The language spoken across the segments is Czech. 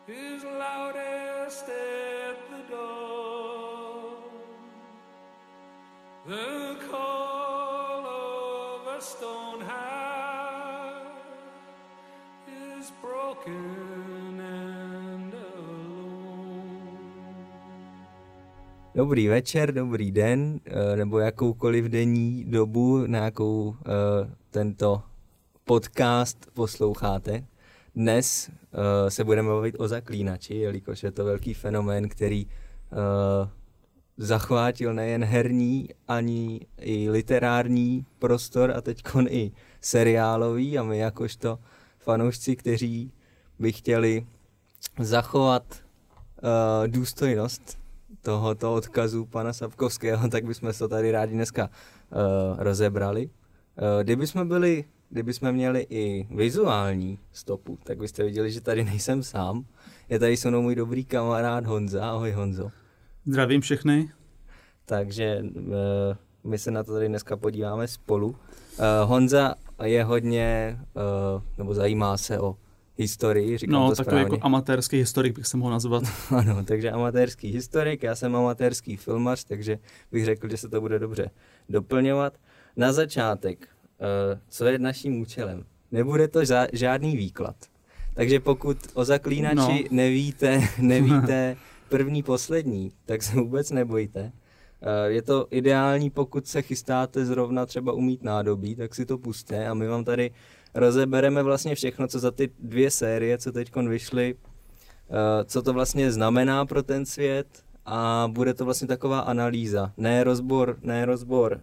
is loudest at the door. The call of a stone heart is broken and alone. Dobrý večer, dobrý den, nebo jakoukoliv denní dobu, na jakou tento podcast posloucháte. Dnes se budeme bavit o Zaklínači, jelikož je to velký fenomén, který zachvátil nejen herní, ani i literární prostor a teďkon i seriálový, a my jakožto fanoušci, kteří by chtěli zachovat důstojnost tohoto odkazu pana Sapkovského, tak bychom to tady rádi dneska rozebrali. Kdybychom měli i vizuální stopu, tak byste viděli, že tady nejsem sám. Je tady se mnou můj dobrý kamarád Honza. Ahoj Honzo. Zdravím všechny. Takže my se na to tady dneska podíváme spolu. Honza je hodně, nebo zajímá se o historii, říkám to správně. Takový jako amatérský historik bych se mohl nazvat. Ano, takže amatérský historik, já jsem amatérský filmař, takže bych řekl, že se to bude dobře doplňovat. Na začátek, co je naším účelem? Nebude to žádný výklad. Takže pokud o Zaklínači nevíte první, poslední, tak se vůbec nebojte. Je to ideální, pokud se chystáte zrovna třeba umýt nádobí, tak si to pusťte a my vám tady rozebereme vlastně všechno, co za ty 2 série, co teďkon vyšly, co to vlastně znamená pro ten svět, a bude to vlastně taková analýza, ne rozbor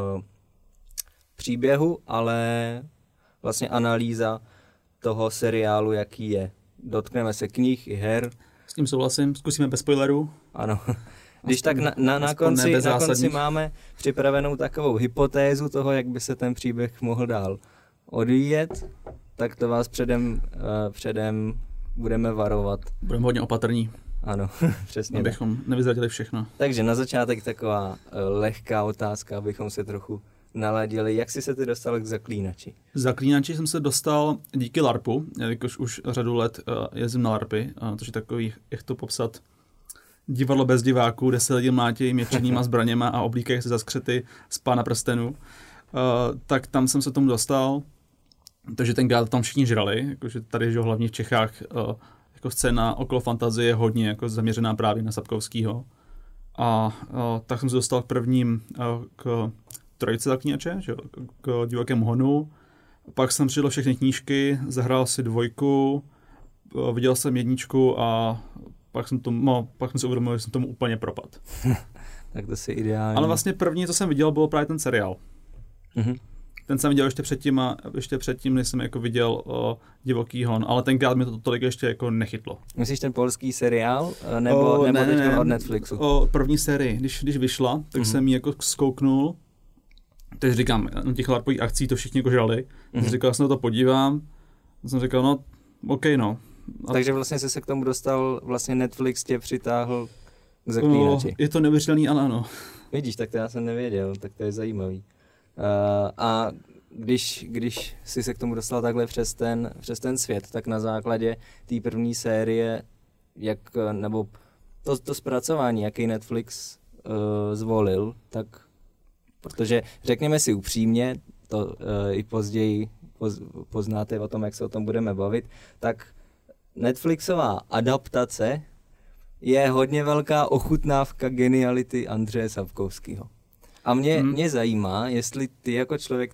příběhu, ale vlastně analýza toho seriálu, jaký je. Dotkneme se knih i her. S tím souhlasím, zkusíme bez spoilerů. Ano. Když tak na konci máme připravenou takovou hypotézu toho, jak by se ten příběh mohl dál odvíjet, tak to vás předem budeme varovat. Budeme hodně opatrní. Ano, přesně. Abychom nevyzradili všechno. Takže na začátek taková lehká otázka, abychom se trochu naladili. Jak jsi se ty dostal k Zaklínači? Zaklínači jsem se dostal díky LARPu, jelikož už řadu let jezdím na LARPy, což je takový, jak to popsat, divadlo bez diváků, kde se lidi mlátí měčenýma zbraněma a oblíkají se za skřety z Pána prstenů. Tak tam jsem se tomu dostal, takže tenkrát tam všichni žrali, jakože tady, že hlavně v Čechách jako scéna okolo fantazie je hodně jako zaměřená právě na Sapkovskýho. A tak jsem se dostal k trojice Zaklínače, k Divokému honu. Pak jsem přečetl všechny knížky, zahrál si 2, viděl jsem 1 a pak jsem si uvědomil, že jsem tomu úplně propadl. Tak to si ideální. Ale vlastně první, co jsem viděl, bylo právě ten seriál. Mm-hmm. Ten jsem viděl ještě předtím, než jsem jako viděl Divoký hon, ale tenkrát mi to tolik ještě jako nechytlo. Myslíš ten polský seriál? Nebo teď od Netflixu? První sérii, když vyšla, tak jsem ji jako zkouknul. Teď říkám, na těch LARPových akcí to všichni jako žrali. Říkal, jsem na to podívám. Jsem říkal, no, OK, no. Takže vlastně jsi se k tomu dostal, vlastně Netflix tě přitáhl k Zaklínači. Je to neuvěřitelný, ale ano. Vidíš, tak to já jsem nevěděl, tak to je zajímavý. A když jsi se k tomu dostal takhle přes ten svět, tak na základě té první série, nebo to zpracování, jaký Netflix zvolil, tak protože řekněme si upřímně, to i později poznáte o tom, jak se o tom budeme bavit, tak Netflixová adaptace je hodně velká ochutnávka geniality Andřeje Sapkovského. A mě zajímá, jestli ty jako člověk,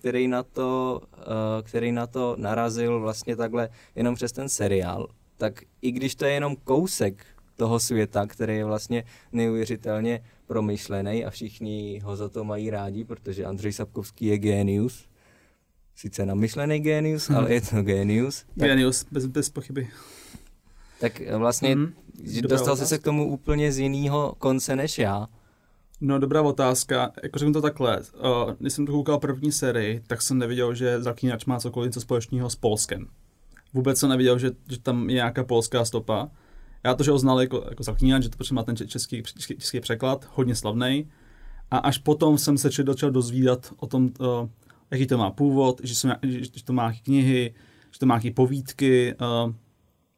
který na to narazil vlastně takhle jenom přes ten seriál, tak i když to je jenom kousek toho světa, který je vlastně neuvěřitelně promyšlený a všichni ho za to mají rádi, protože Andřej Sapkovský je génius. Sice namyšlený génius, ale je to génius. Génius, bez pochyby. Tak vlastně dostal jsi se k tomu úplně z jiného konce než já. No, dobrá otázka. Jako řeknu to takhle. Když jsem to koukal první sérii, tak jsem neviděl, že Zaklínač má cokoliv něco společného s Polskem. Vůbec jsem neviděl, že tam je nějaká polská stopa. Já to, že ho znal jako Zaklínač, že to prostě má ten český překlad, hodně slavný. A až potom jsem se začal dozvídat o tom, jaký to má původ, že to má knihy, že to má povídky, že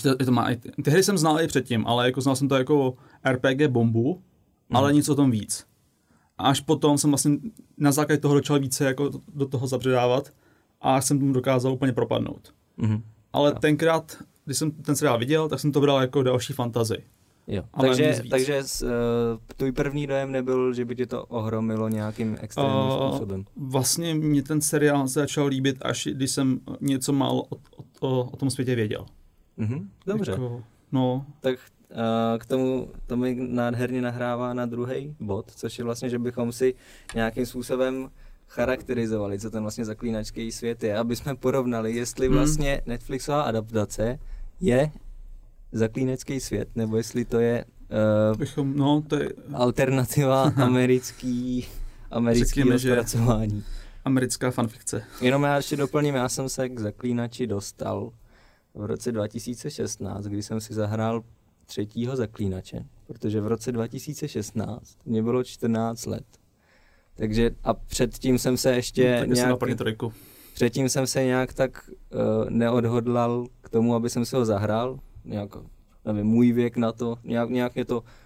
to má, ty hry jsem znal i předtím, ale jako znal jsem to jako RPG bombu, ale nic o tom víc. A až potom jsem vlastně na základě toho začal více jako do toho zabředávat a jsem tomu dokázal úplně propadnout. Ale tenkrát, když jsem ten seriál viděl, tak jsem to bral jako další fantazii. Jo. Ale Takže tvůj první dojem nebyl, že by tě to ohromilo nějakým extrémním způsobem? Vlastně mě ten seriál začal líbit, až když jsem něco málo o tom světě věděl. Dobře. Jako, no. Tak k tomu to mi nádherně nahrává na druhý bod, což je vlastně, že bychom si nějakým způsobem charakterizovali, co ten vlastně zaklínačský svět je, aby jsme porovnali, jestli vlastně Netflixová adaptace je zaklínačský svět, nebo jestli to je, to je alternativa americký rozpracování. Americká fanfikce. Jenom já ještě doplním, já jsem se k zaklínači dostal v roce 2016, kdy jsem si zahrál 3. zaklínače, protože v roce 2016 mě bylo 14 let. Takže a předtím jsem se ještě předtím jsem se nějak tak neodhodlal k tomu, aby jsem si ho zahrál. Nějak, nevím, můj věk na to, nějak mě to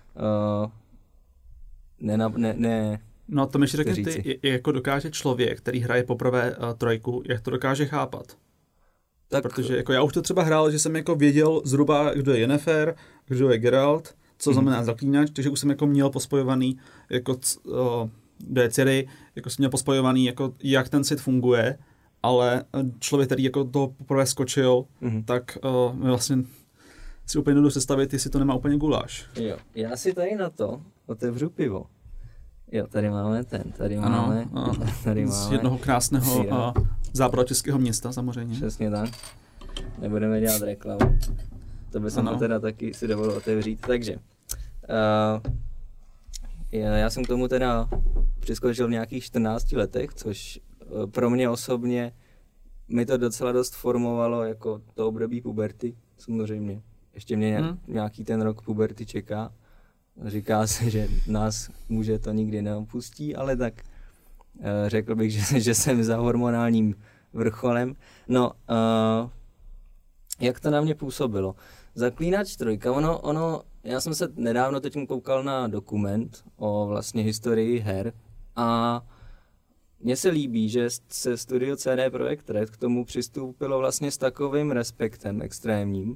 ne. No to mi řekne, ty jako dokáže člověk, který hraje poprvé 3, jak to dokáže chápat. Tak, protože jako já už to třeba hrál, že jsem jako věděl zhruba, kdo je Yennefer, kdo je Geralt, co znamená zaklínač, takže už jsem jako měl pospojovaný, jako kdo je Ciri, jako jsem měl pospojovaný, jako jak ten svět funguje, ale člověk, který jako to poprvé skočil, tak vlastně si úplně nedodu představit, jestli to nemá úplně guláš. Jo, já si tady na to otevřu pivo. Jo, tady máme tady máme. Z jednoho krásného západočeského města samozřejmě. Přesně tak. Nebudeme dělat reklamu. To by jsem to teda taky si dovolil otevřít. Takže, já jsem k tomu teda přiskočil v nějakých 14 letech, což pro mě osobně mi to docela dost formovalo jako to období puberty, samozřejmě. Ještě mě nějaký ten rok puberty čeká. Říká se, že nás muže to nikdy neopustí, ale tak řekl bych, že jsem za hormonálním vrcholem. No, jak to na mě působilo? Zaklínač 3, já jsem se nedávno teď koukal na dokument o vlastně historii her a mně se líbí, že se studio CD Projekt Red k tomu přistoupilo vlastně s takovým respektem extrémním,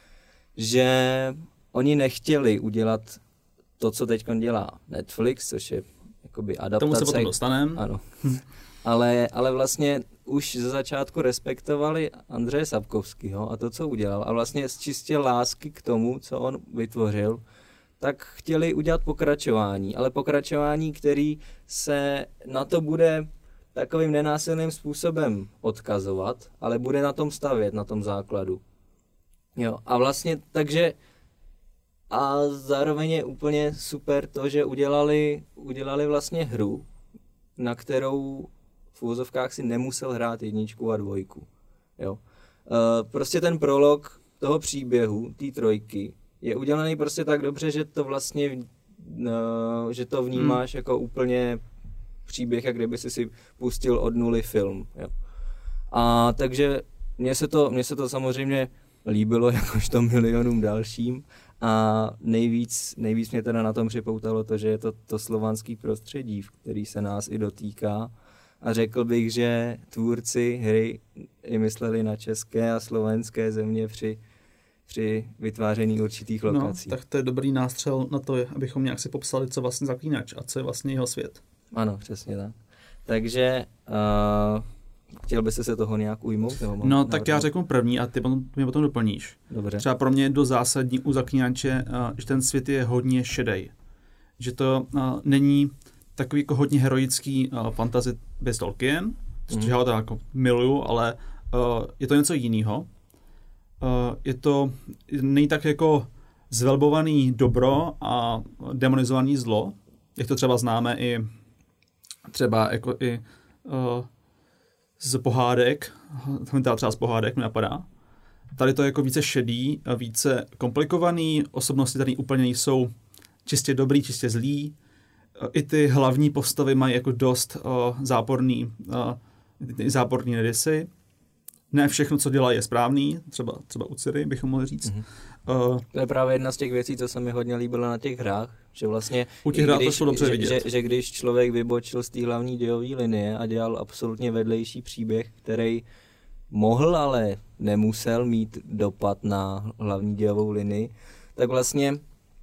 že oni nechtěli udělat to, co teď dělá Netflix, což je jakoby adaptace. Tomu se potom dostaneme. Ano. ale vlastně už ze začátku respektovali Andreje Sapkovského a to, co udělal. A vlastně z čistě lásky k tomu, co on vytvořil, tak chtěli udělat pokračování. Ale pokračování, který se na to bude takovým nenásilným způsobem odkazovat, ale bude na tom stavět, na tom základu. Jo, a vlastně takže a zároveň je úplně super to, že udělali vlastně hru, na kterou v uvozovkách si nemusel hrát 1 a 2. Jo. Prostě ten prolog toho příběhu, té 3, je udělaný prostě tak dobře, že to vlastně že to vnímáš jako úplně příběh, jak kdyby si pustil od nuly film. Jo. A takže mně se to samozřejmě líbilo jakožto milionům dalším a nejvíc mě teda na tom připoutalo to, že je to slovanský prostředí, v který se nás i dotýká a řekl bych, že tvůrci hry i mysleli na české a slovenské země při vytváření určitých lokací. No, tak to je dobrý nástřel na to, abychom nějak si popsali, co vlastně zaklínač a co je vlastně jeho svět. Ano, přesně tak. Takže chtěl bys se toho nějak ujmout? No, tak já řeknu první a ty mě potom doplníš. Dobře. Třeba pro mě je dost zásadní u zaklínače, že ten svět je hodně šedej. Že to není takový jako hodně heroický fantasy bez Tolkien, což já to jako miluju, ale je to něco jiného. Není tak jako zvelbovaný dobro a demonizovaný zlo, jak to třeba známe i třeba jako i z pohádek, třeba z pohádek mi napadá. Tady to je jako více šedý, více komplikovaný, osobnosti tady úplně nejsou čistě dobrý, čistě zlý. I ty hlavní postavy mají jako dost záporný nedysy. ne všechno, co dělá, je správný, třeba u Ciri bychom mohli říct. To je právě jedna z těch věcí, co se mi hodně líbilo na těch hrách, že vlastně, u těch hrách to šlo dobře vidět. Že když člověk vybočil z té hlavní dějové linie a dělal absolutně vedlejší příběh, který mohl, ale nemusel mít dopad na hlavní dějovou linii, tak vlastně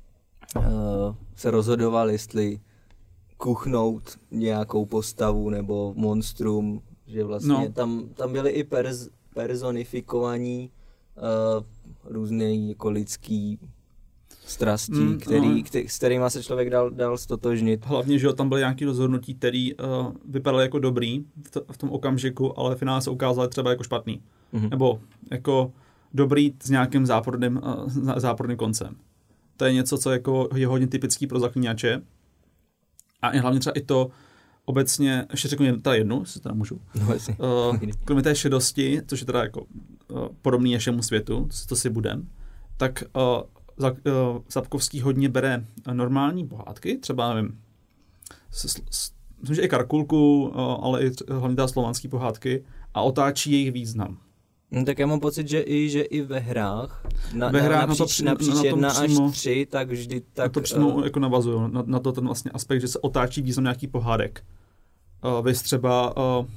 se rozhodoval, jestli kuchnout nějakou postavu nebo monstrum, že vlastně tam byly i personifikovaní různé jako lidský strasti, s kterýma se člověk dal stotožnit. Hlavně, že tam byly nějaké rozhodnutí, které vypadaly jako dobrý v tom okamžiku, ale v finále se ukázaly třeba jako špatný. Nebo jako dobrý s nějakým záporným koncem. To je něco, co jako je hodně typický pro zaklínače. A hlavně třeba i to obecně, ještě řeknu teda jednu, jestli teda můžu. Kromě té šedosti, což je teda jako podobný našemu světu, to si budem, tak Sapkovský hodně bere normální pohádky, třeba nevím, myslím, že i Karkulku, ale i hlavně ta slovanský pohádky a otáčí jejich význam. No, tak já mám pocit, že i ve hrách, napříč 1 až 3, tak vždy tak... Na to přímo jako navazuju, na to ten vlastně aspekt, že se otáčí význam nějaký pohádek. Vys třeba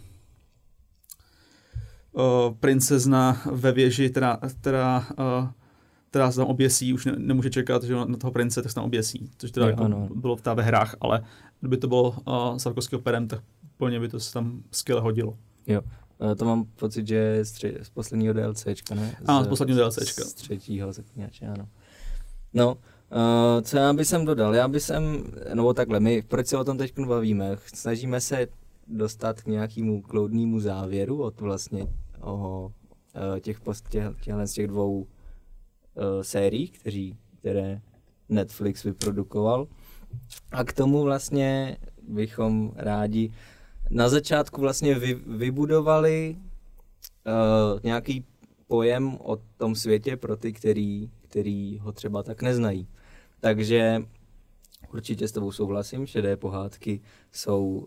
princezna ve věži, která se tam oběsí, už nemůže čekat, že na toho prince, tak se tam oběsí, což teda jako bylo ve hrách, ale kdyby to bylo Sapkovského perem, tak plně by to se tam skvěle hodilo. Jo. To mám pocit, že je z posledního DLCčka, ne? Z posledního DLCčka. Z 3. zaklínače, ano. No, co já bych sem dodal? Nebo takhle, proč se o tom teď bavíme? Snažíme se dostat k nějakému kloudnému závěru od vlastně těch 2 sérií, které Netflix vyprodukoval. A k tomu vlastně bychom rádi na začátku vlastně vybudovali nějaký pojem o tom světě pro ty, který ho třeba tak neznají. Takže určitě s tebou souhlasím, šedé pohádky jsou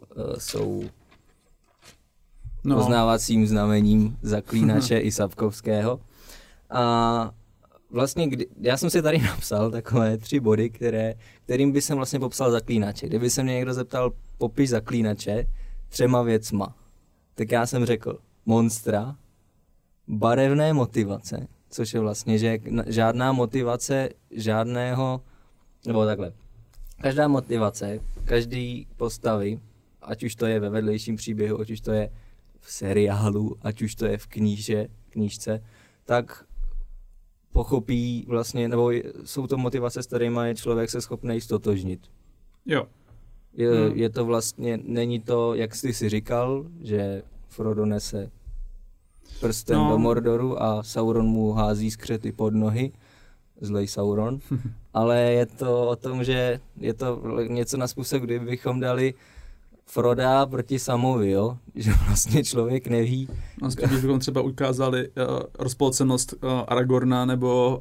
poznávacím znamením zaklínače i Sapkovského. A vlastně, já jsem si tady napsal takové 3 body, kterým by jsem vlastně popsal zaklínače. Kdyby se mě někdo zeptal popiš zaklínače 3 věcma, tak já jsem řekl monstra, barevné motivace, což je vlastně, že žádná motivace nebo takhle, každá motivace, každý postavy, ať už to je ve vedlejším příběhu, ať už to je v seriálu, ať už to je v knížce, tak pochopí vlastně, nebo jsou to motivace, s kterými je člověk se schopný stotožnit. Jo. Je to vlastně, není to, jak jsi si říkal, že Frodo nese prsten do Mordoru a Sauron mu hází skřety pod nohy, zlej Sauron, ale je to o tom, že je to něco na způsob, kdybychom dali Froda proti Samovi, jo? Že vlastně člověk neví. A když bychom třeba ukázali rozpolcenost Aragorna nebo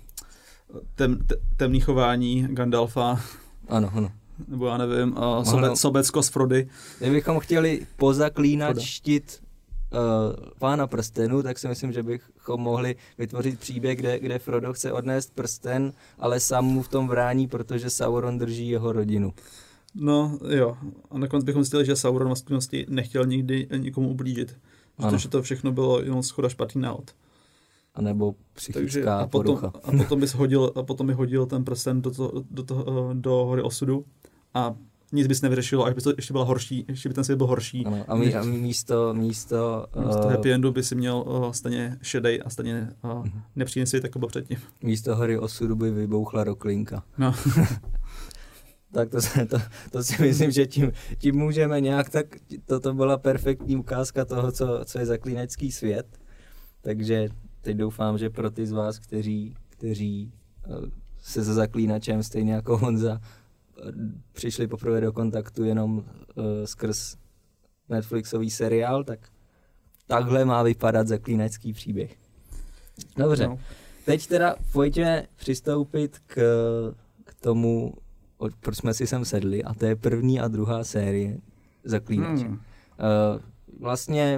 temný chování Gandalfa. Ano. Nebo já nevím, sobecko z Frody. Kdybychom chtěli pozaklínat štit Pána prstenů, tak si myslím, že bychom mohli vytvořit příběh, kde Frodo chce odnést prsten, ale sám mu v tom brání, protože Sauron drží jeho rodinu. No jo, a nakonec bychom zjistili, že Sauron vlastně nechtěl nikdy nikomu ublížit. Protože to všechno bylo jenom schoda špatný náhod. A nebo psychická porucha. A potom by hodil ten prsten do hory osudu a nic bys nevyřešilo, až by to ještě byla horší, ještě by ten svět byl horší. Ano, a místo happy endu by si měl stejně šedej a stejně nepříjemný svět, jako byl předtím. Místo hory osudu by vybouchla roklinka. No. Tak to si myslím, že tím můžeme nějak, tak toto byla perfektní ukázka toho, co je zaklínačský svět. Takže teď doufám, že pro ty z vás, kteří se se zaklínačem stejně jako Honza přišli poprvé do kontaktu jenom skrz Netflixový seriál, tak takhle má vypadat zaklínačský příběh. Dobře, teď teda pojďme přistoupit k tomu, proč jsme si sem sedli, a to je 1. a 2. série Zaklínače. Vlastně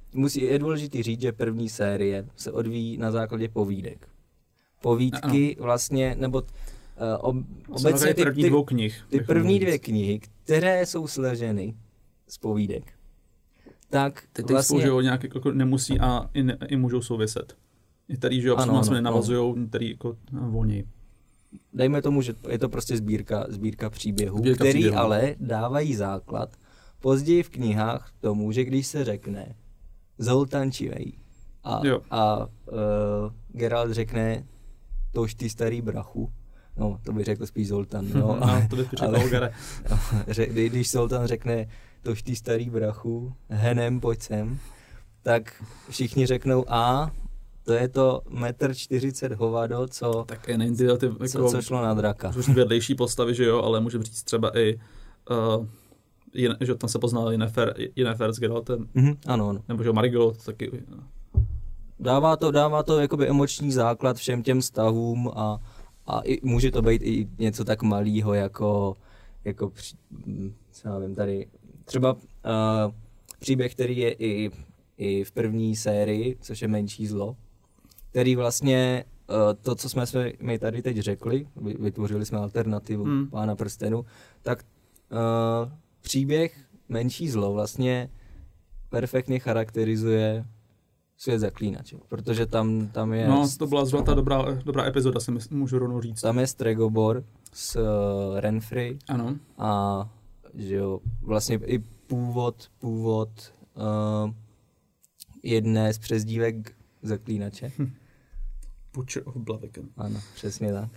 je důležitý říct, že první série se odvíjí na základě povídek. Povídky vlastně, nebo obecně ty první dvou knih. Ty první dvě knihy, které jsou složeny z povídek. Tak teď vlastně... spolu, nějak jako nemusí a i můžou souviset. Některý, že jo, přímo se nenavazujou, některý jako volněji. Dejme tomu, že je to prostě sbírka příběhů, který ale dávají základ později v knihách tomu, že když se řekne Zoltán Čivej a Geralt řekne tož ty starý brachu, no to by řekl spíš Zoltán, no, to by řekl Olgare. Když Zoltán řekne tož ty starý brachu, Hanem, pojď sem, tak všichni řeknou to je to 1,40 m hovado, co šlo na draka. Už vedlejší postavy, že jo, ale můžeme říct třeba i, že tam se poznal Yennefer s Geraltem. Ano. Nebo že Marigold taky. Dává to jakoby emoční základ všem těm vztahům a může to být i něco tak malého jako co já vím, tady třeba příběh, který je i v první sérii, což je Menší zlo, který vlastně to, co jsme my tady teď řekli, vytvořili jsme alternativu Pána prstenů, tak příběh Menší zlo vlastně perfektně charakterizuje svět zaklínače, protože tam je... No, to byla zrovna ta dobrá epizoda, si můžu rovnou říct. Tam je Stregobor s Renfri. Ano. A že jo, vlastně i původ jedné z přezdívek zaklínače. Butcher of Blaviken. Ano, přesně tak.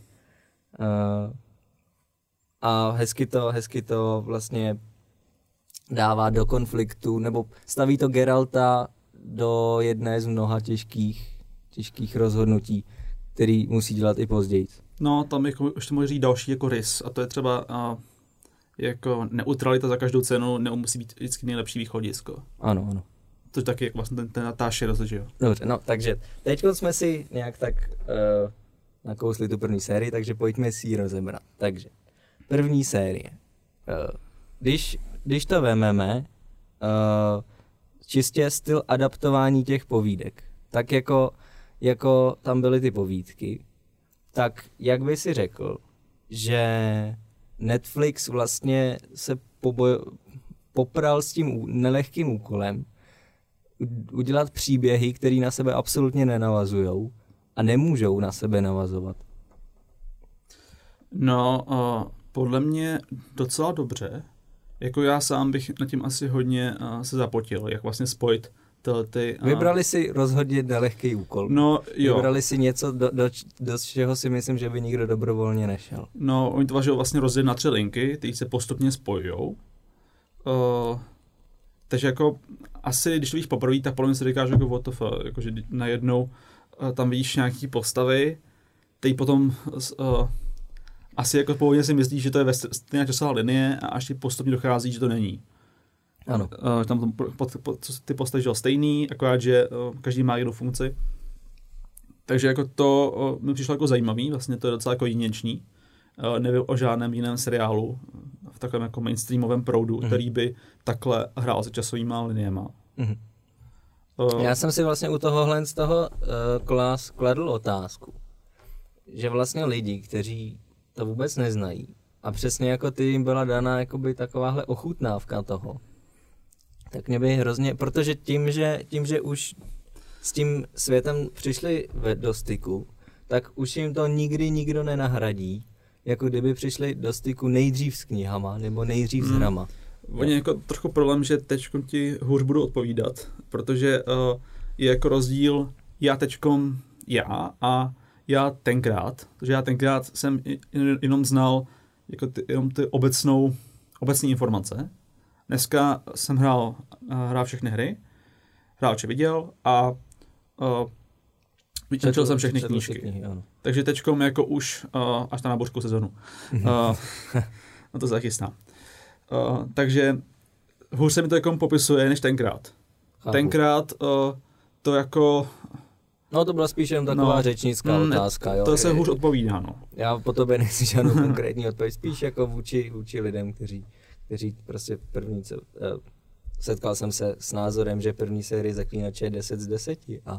A hezky to vlastně dává do konfliktu, nebo staví to Geralta do jedné z mnoha těžkých rozhodnutí, který musí dělat i později. No, tam ještě může říct další jako rys, a to je třeba jako neutralita za každou cenu nemusí být vždycky nejlepší východisko. Ano. To je taky vlastně ten Natáši rozhodl, jo. Dobře, no takže teď jsme si nějak tak nakousli tu první sérii, takže pojďme si ji rozebrat. Takže první série. Když to vememe, čistě styl adaptování těch povídek, tak jako tam byly ty povídky, tak jak by si řekl, že Netflix vlastně se popral s tím nelehkým úkolem udělat příběhy, které na sebe absolutně nenavazujou a nemůžou na sebe navazovat? No, podle mě docela dobře. Jako já sám bych nad tím asi hodně se zapotil, jak vlastně spojit ty... Vybrali si rozhodně nelehký úkol. No, jo. Vybrali si něco, do čeho si myslím, že by nikdo dobrovolně nešel. No, oni to vlastně rozdělili na 3 linky, které se postupně spojujou. Takže jako asi, když to víš poprvé, tak podle mě si říkáš jako what the fuck, jakože najednou tam vidíš nějaký postavy, který potom asi jako původně si myslíš, že to je stejná časová linie a až ti postupně dochází, že to není. Ano. Tam ty postavy jsou stejný, akorát, že každý má jinou funkci. Takže jako to mi přišlo jako zajímavý, vlastně to je docela jako jedinečný. Nevím o žádném jiném seriálu v takovém jako mainstreamovém proudu, který by takhle hrál se časovýma liniema. Já jsem si vlastně u tohohle z toho kladl otázku, že vlastně lidi, kteří to vůbec neznají a přesně jako ty jim byla dána jakoby takováhle ochutnávka toho, tak mě by hrozně, protože tím, že už s tím světem přišli do styku, tak už jim to nikdy nikdo nenahradí, jako kdyby přišli do styku nejdřív s knihama nebo nejdřív s hrama. Oni jako trochu problém, že teď ti hůř budu odpovídat, protože je jako rozdíl já já tenkrát, protože já tenkrát jsem jenom znal jako jenom ty obecné informace. Dneska jsem hrál všechny hry, hráče viděl a četl jsem všechny knížky. Takže teďkom jako už až na nábořskou sezonu. No to zachystám. Takže hůř se mi to jako popisuje než tenkrát. Chápu. Tenkrát to jako... No to byla spíš jen taková řečnická otázka. Jo. To se hůř odpovídá, no. Já po tobě nechci žádnou konkrétní odpověď, spíš jako vůči lidem, kteří prostě první setkal jsem se s názorem, že první série Zaklínače je 10 z 10 a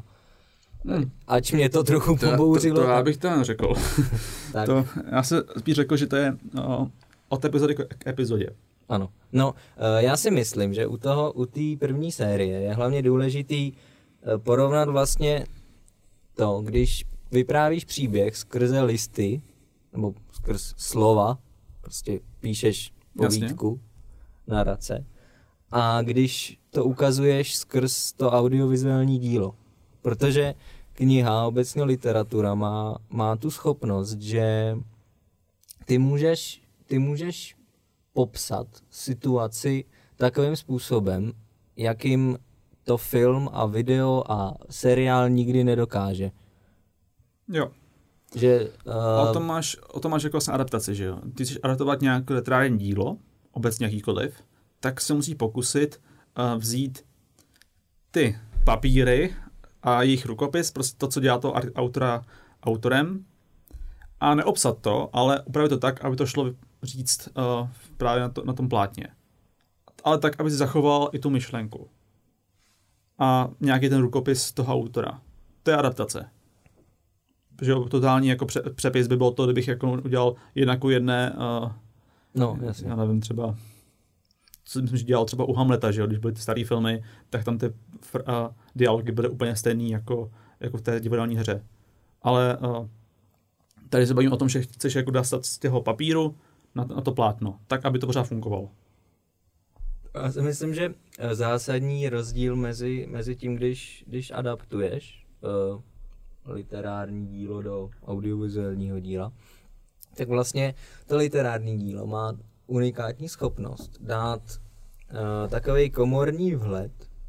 ač mě to trochu pobouřilo. To já bych to neřekl. Tak. Já se spíš řekl, že to je od epizody k epizodě. Ano. No, já si myslím, že u té první série je hlavně důležitý porovnat vlastně to, když vyprávíš příběh skrze listy, nebo skrz slova, prostě píšeš povídku, narace, a když to ukazuješ skrz to audiovizuální dílo. Protože kniha, obecně literatura, má tu schopnost, že ty můžeš popsat situaci takovým způsobem, jakým to film a video a seriál nikdy nedokáže. Jo. Že, o tom máš jako vlastně adaptaci, že jo? Ty chceš adaptovat nějaké literární dílo, obecně jakýkoliv, tak se musí pokusit vzít ty papíry a jejich rukopis, prostě to, co dělá to autorem, a neobsat to, ale upravit to tak, aby to šlo říct právě na tom plátně. Ale tak, aby si zachoval i tu myšlenku. A nějaký ten rukopis toho autora. To je adaptace. Protože totální jako přepis by bylo to, kdybych jako udělal 1:1. No, jasně. Já nevím, třeba co myslím, že dělal třeba u Hamleta, že jo? Když byly ty staré filmy, tak tam ty dialogy byly úplně stejný jako v té divadelní hře. Ale tady se bavím o tom, že chceš jako dostat z těho papíru na to plátno, tak, aby to pořád fungovalo. Já si myslím, že zásadní rozdíl mezi tím, když adaptuješ literární dílo do audiovizuálního díla, tak vlastně to literární dílo má unikátní schopnost dát takovej komorní vhled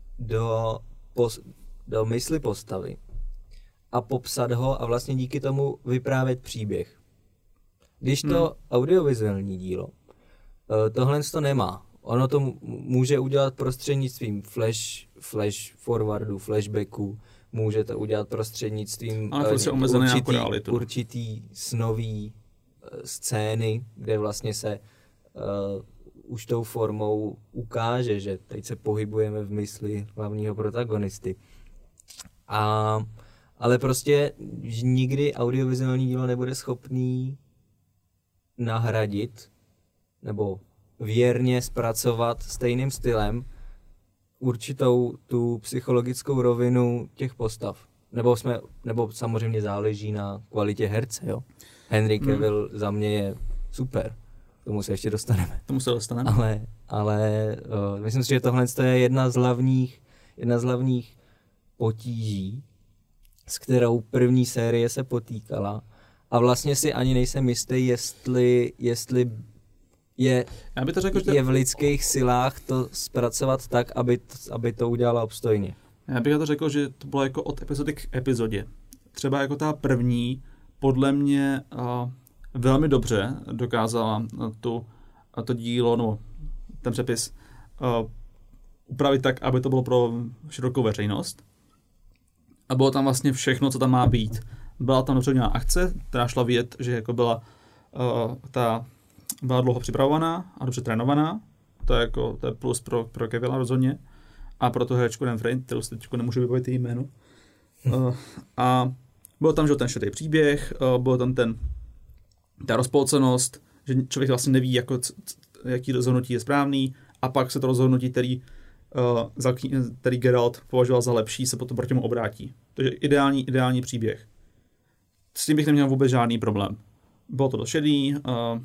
do mysli postavy a popsat ho a vlastně díky tomu vyprávět příběh. Když to audiovizuální dílo tohle to nemá. Ono to může udělat prostřednictvím flash forwardu, flashbacku, může to udělat prostřednictvím určitý snový scény, kde vlastně se už tou formou ukáže, že teď se pohybujeme v mysli hlavního protagonisty. Ale prostě nikdy audiovizuální dílo nebude schopný nahradit nebo věrně zpracovat stejným stylem určitou tu psychologickou rovinu těch postav. Nebo samozřejmě záleží na kvalitě herce, jo. Henry Cavill za mě je super. K tomu se ještě dostaneme. Ale myslím si, že tohle je jedna z hlavních potíží, s kterou první série se potýkala. A vlastně si ani nejsem jistý, jestli je v lidských silách to zpracovat tak, aby to udělala obstojně. Já bych to řekl, že to bylo jako od epizody k epizodě. Třeba jako ta první, podle mě velmi dobře dokázala to dílo, no, ten přepis upravit tak, aby to bylo pro širokou veřejnost. A bylo tam vlastně všechno, co tam má být. Byla tam dobře udělaná akce, která šla vidět, že jako byla dlouho připravovaná a dobře trénovaná. To je plus pro Cavilla rozhodně. A pro tu herečku Renfrey, kterou si teď nemůžu vybavit její jméno. A byl tam, že ten šitý příběh, byl tam ta rozpolcenost, že člověk vlastně neví, jaký rozhodnutí je správný, a pak se to rozhodnutí, který Geralt považoval za lepší, se potom proti mu obrátí. Takže ideální příběh. S tím bych neměl vůbec žádný problém. Bylo to došedý.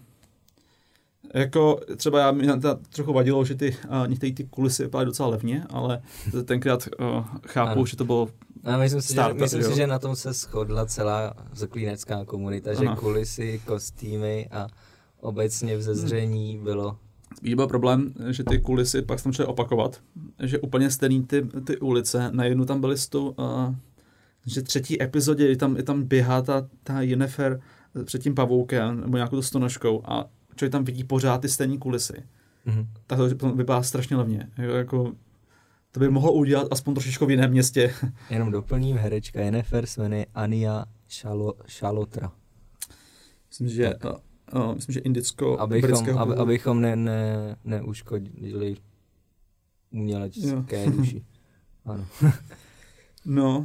Jako třeba mě trochu vadilo, že některé ty kulisy vypadaly docela levně, ale tenkrát chápu, že to bylo myslím si, že na tom se shodla celá zaklínecká komunita, že kulisy, kostýmy a obecně vzezření bylo... Spíš byl problém, že ty kulisy pak jsem chtěl opakovat, že úplně stejný ty ulice, najednou tam byly že třetí epizodě, kdy tam běhá ta Yennefer před tím pavoukem nebo nějakou stonožkou a člověk tam vidí pořád ty stejné kulisy. Tak to vypadá strašně levně. Jako, to by mohlo udělat aspoň trošičku v jiném městě. Jenom doplním, herečka Yennefer se jmenuje Anya Chalotra. Myslím, že indicko-britského abychom neuškodili umělecké duši. Ano. No.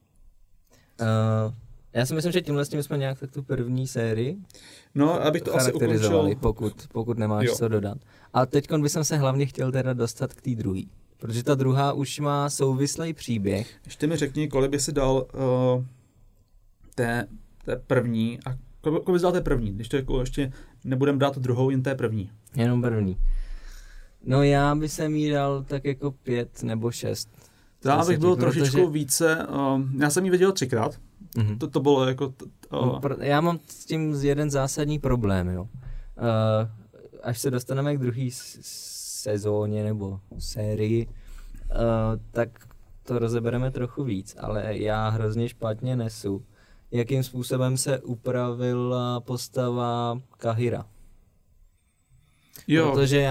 Já si myslím, že tímhle s tím jsme nějak tak tu první sérii abych to asi ukončil. pokud nemáš co dodat. A teďkon bych se hlavně chtěl teda dostat k té druhé. Protože ta druhá už má souvislý příběh. Ještě mi řekni, kolik by si dal té první a kolik bys dal té první, když to jako ještě nebudem dát druhou, jen té první. Jenom první. No já bych se jí dal tak jako 5 nebo 6. Já bych byl trošičku více, já jsem ji viděl 3krát. Mm-hmm. To bylo jako... Já mám s tím jeden zásadní problém, jo. Až se dostaneme k druhé sezóně nebo sérii, tak to rozebereme trochu víc, ale já hrozně špatně nesu, jakým způsobem se upravila postava Kahira. Jo, protože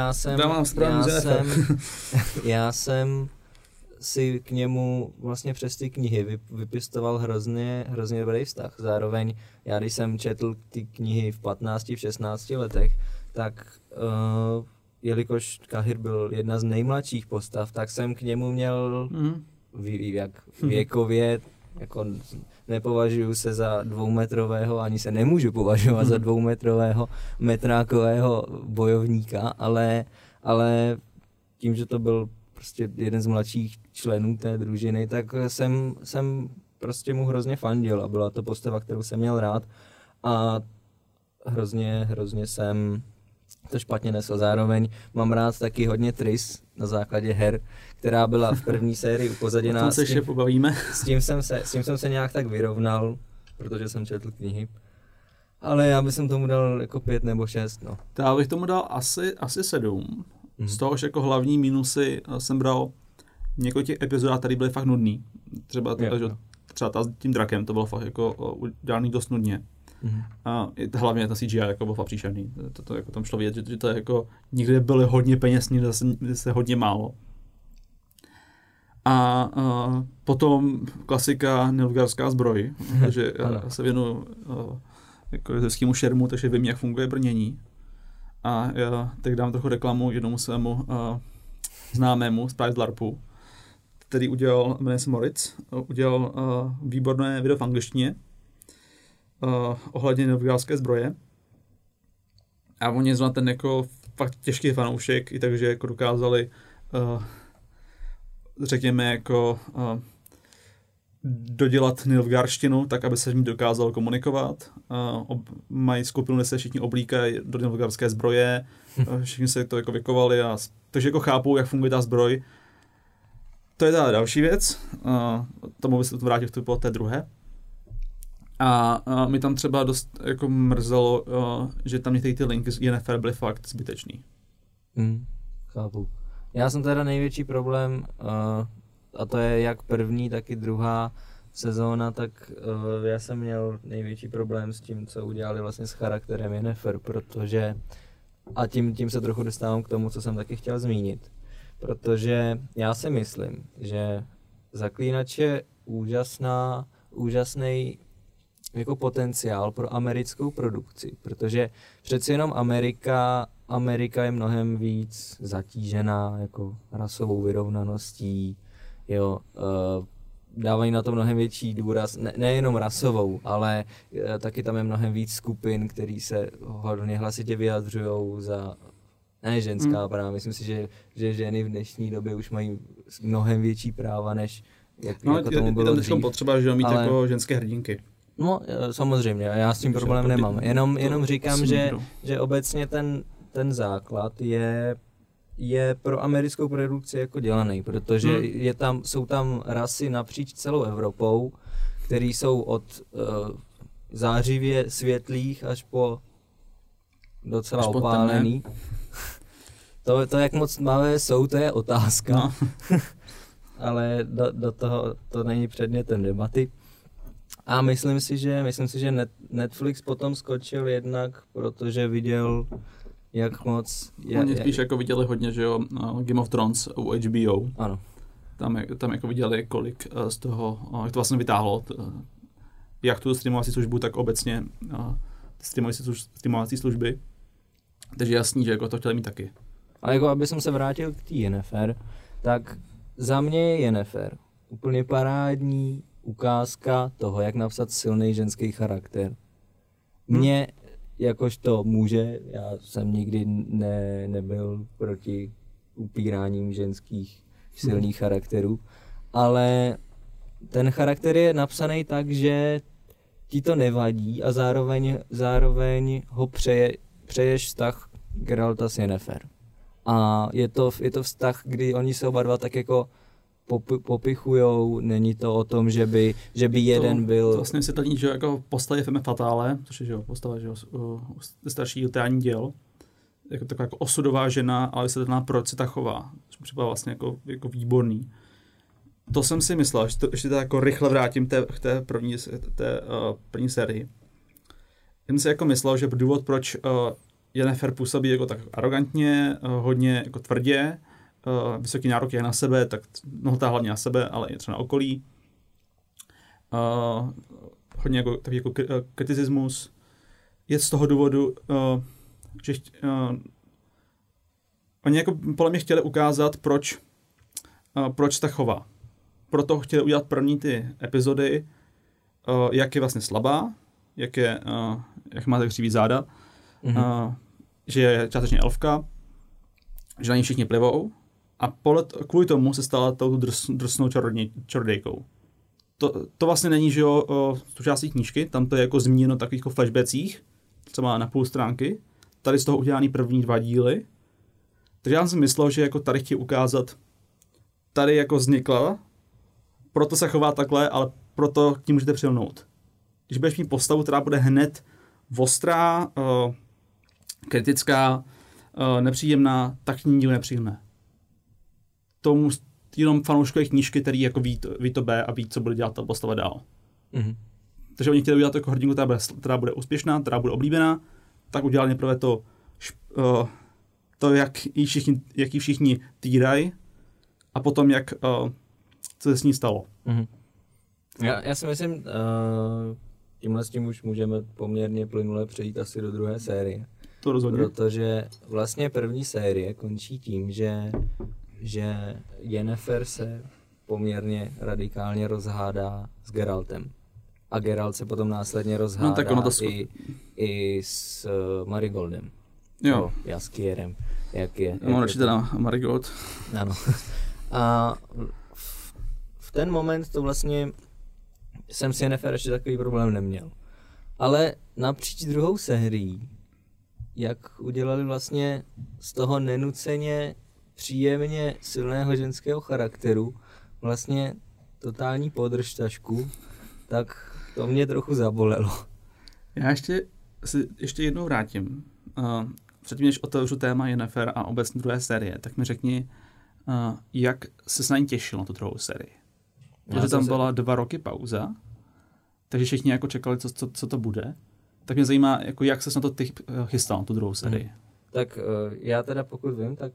já jsem si k němu vlastně přes ty knihy vypěstoval hrozně dobrý vztah. Zároveň já, když jsem četl ty knihy v 15, v 16 letech, tak jelikož Kahir byl jedna z nejmladších postav, tak jsem k němu měl jak věkově, jako nepovažuji se za 2metrového, ani se nemůžu považovat za 2metrového metrákového bojovníka, ale tím, že to byl prostě jeden z mladších členů té družiny, tak jsem prostě mu hrozně fandil a byla to postava, kterou jsem měl rád a hrozně jsem to špatně nesl. Zároveň mám rád taky hodně Triss na základě her, která byla v první sérii upozaděná. O tom se ještě pobavíme. S tím jsem se nějak tak vyrovnal, protože jsem četl knihy. Ale já bych tomu dal jako 5 nebo 6, no. Já bych tomu dal asi 7. Z toho, že jako hlavní minusy jsem bral několik těch epizod, které byly fakt nudný. Třeba tím drakem, to bylo fakt jako udělaný dost nudně. A hlavně ta CGI jako byl fakt příšerný. To jako tam šlo vidět, že to je jako někde byly hodně peněz, někde se hodně málo. A potom klasika Nilfgaardská zbroj, takže já se věnuju jako jezevskému šermu, takže vím, jak funguje brnění. A já teď dám trochu reklamu jednomu svému známému z Price LARPu, který jmenuje se Moritz, udělal výborné video v angličtině ohledně Nilfgaardské zbroje. A oni zrovna ten jako fakt těžký fanoušek, i takže jako dokázali řekněme jako dodělat nilfgaardštinu, tak aby se v ní dokázal komunikovat. Mají skupinu, kde se všichni oblíkají do nilfgaardské zbroje, všichni se to jako vykovali, takže jako chápou, jak funguje ta zbroj. To je ta další věc, tomu by se to vrátil po té druhé. A mi tam třeba dost jako mrzelo, že tam některé ty linky z INFR byly fakt zbytečný. Chápu. Já jsem teda největší problém, a to je jak první, tak i druhá sezóna, tak já jsem měl největší problém s tím, co udělali vlastně s charakterem Yennefer, protože, a tím se trochu dostávám k tomu, co jsem taky chtěl zmínit, protože já si myslím, že Zaklínač je úžasný jako potenciál pro americkou produkci, protože přeci jenom Amerika je mnohem víc zatížená jako rasovou vyrovnaností, jo, dávají na to mnohem větší důraz, nejenom rasovou, ale taky tam je mnohem víc skupin, který se hodně hlasitě vyjadřují za ženská práva. Myslím si, že ženy v dnešní době už mají mnohem větší práva, než jako tomu bylo dřív. Je potřeba, že mít jako ženské hrdinky. No, samozřejmě, já s tím problém nemám. Jenom říkám, že obecně ten základ je pro americkou produkci jako dělaný, protože jsou tam rasy napříč celou Evropou, které jsou od zářivě světlých až po docela opálený. To, jak moc tmavé jsou, to je otázka. No. Ale do toho to není předmětem debaty. A myslím si, že Netflix potom skočil jednak, protože viděl, jak moc... Oni spíš jako viděli hodně, že jo, Game of Thrones u HBO. Ano. Tam jako viděli, kolik z toho, jak to vlastně vytáhlo, jak tu streamovací službu, tak obecně streamovací služby. Takže jasný, že jako to chtěli mít taky. A jako aby jsem se vrátil k té Yennefer, tak za mě je Yennefer úplně parádní ukázka toho, jak napsat silný ženský charakter. Mně, jakožto muže, já jsem nikdy nebyl proti upíráním ženských silných charakterů, ale ten charakter je napsaný tak, že ti to nevadí a zároveň ho přeješ vztah Geralta s Yennefer. A je to vztah, kdy oni se oba dva tak jako popichujou, není to o tom, že by jeden byl... To vlastně vysvětlení, že jako postavě Femme Fatale, což je že postava že starší literární děl, jako taková jako osudová žena, ale vysvětlená, proč se ta chová. Což mi připadá vlastně jako výborný. To jsem si myslel, že ještě to jako rychle vrátím k té první sérii. Jsem si jako myslel, že důvod, proč Yennefer působí jako tak arrogantně, hodně jako tvrdě, vysoký nárok jak na sebe, tak hlavně na sebe, ale i třeba na okolí. Hodně jako, takový jako kriticismus. Je z toho důvodu, že oni jako podle mě chtěli ukázat, proč tak chová. Proto chtěli udělat první ty epizody, jak je vlastně slabá, jak má tak křivý záda, že je částečně elfka, že na ní všichni plivou a kvůli tomu se stala tou drsnou čarodějkou. To vlastně není, že jo, součástí knížky, tam to je jako zmíněno takových jako flashbackích, třeba na půl stránky, tady z toho udělaný první 2 díly, takže já jsem si myslel, že jako tady chtějí ukázat, tady jako vznikla, proto se chová takhle, ale proto k ní můžete přilnout. Když budeš mít postavu, která bude hned ostrá, kritická, nepříjemná, tak k ní nikdo nepřijme. Tomu jenom fanouškové knížky, který jako ví to B a ví, co bude dělat ta postava dál. Mm-hmm. Takže oni chtěli udělat jako hrdinku, která bude úspěšná, která bude oblíbená, tak udělali nejprve to jak ji všichni týrají a potom co se s ní stalo. Mm-hmm. Já si myslím, tímhle s tím už můžeme poměrně plynule přejít asi do druhé série. To rozhodně. Protože vlastně první série končí tím, že Yennefer se poměrně radikálně rozhádá s Geraltem. A Geralt se potom následně rozhádá i s Marigoldem. Jo. Jaskierem. Jak je. Mám radši teda Marigold. Ano. A v ten moment to vlastně jsem s Yennefer ještě takový problém neměl. Ale napříč druhou sérií, jak udělali vlastně z toho nenuceně příjemně silného ženského charakteru vlastně totální podržtašku, tak to mě trochu zabolelo. Já ještě jednou vrátím. Předtím, než otevřu téma Yennefer a obecně druhé série, tak mi řekni, jak se na ní těšil na tu druhou sérii. Protože tam byla 2 roky pauza, takže všichni jako čekali, co to bude. Tak mě zajímá, jako jak ses na to ty chystal, na tu druhou sérii. Tak já teda pokud vím, tak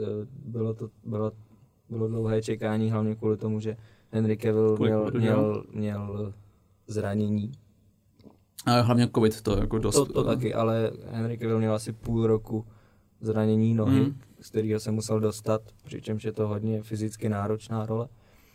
bylo dlouhé čekání, hlavně kvůli tomu, že Henry Cavill měl zranění. A hlavně covid to jako dost. To taky, ale Henry Cavill měl asi půl roku zranění nohy, z kterého se musel dostat, přičemž je to hodně fyzicky náročná role.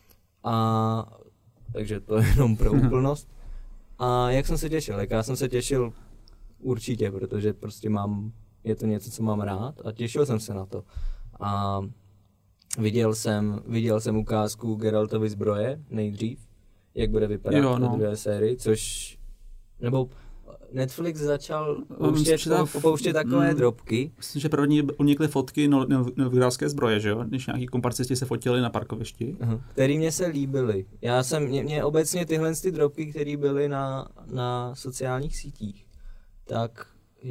A takže to je jenom pro úplnost. A jak jsem se těšil? Jak já jsem se těšil určitě, protože prostě je to něco, co mám rád a těšil jsem se na to. A viděl jsem ukázku Geraltovy zbroje nejdřív, jak bude vypadat v druhé sérii, nebo Netflix začal pouštět takové drobky. Myslím, že první unikly fotky novigradské zbroje, že jo? Když nějaký komparcisti se fotili na parkovišti. Který mě se líbily. Mě obecně tyhle drobky, které byly na sociálních sítích, tak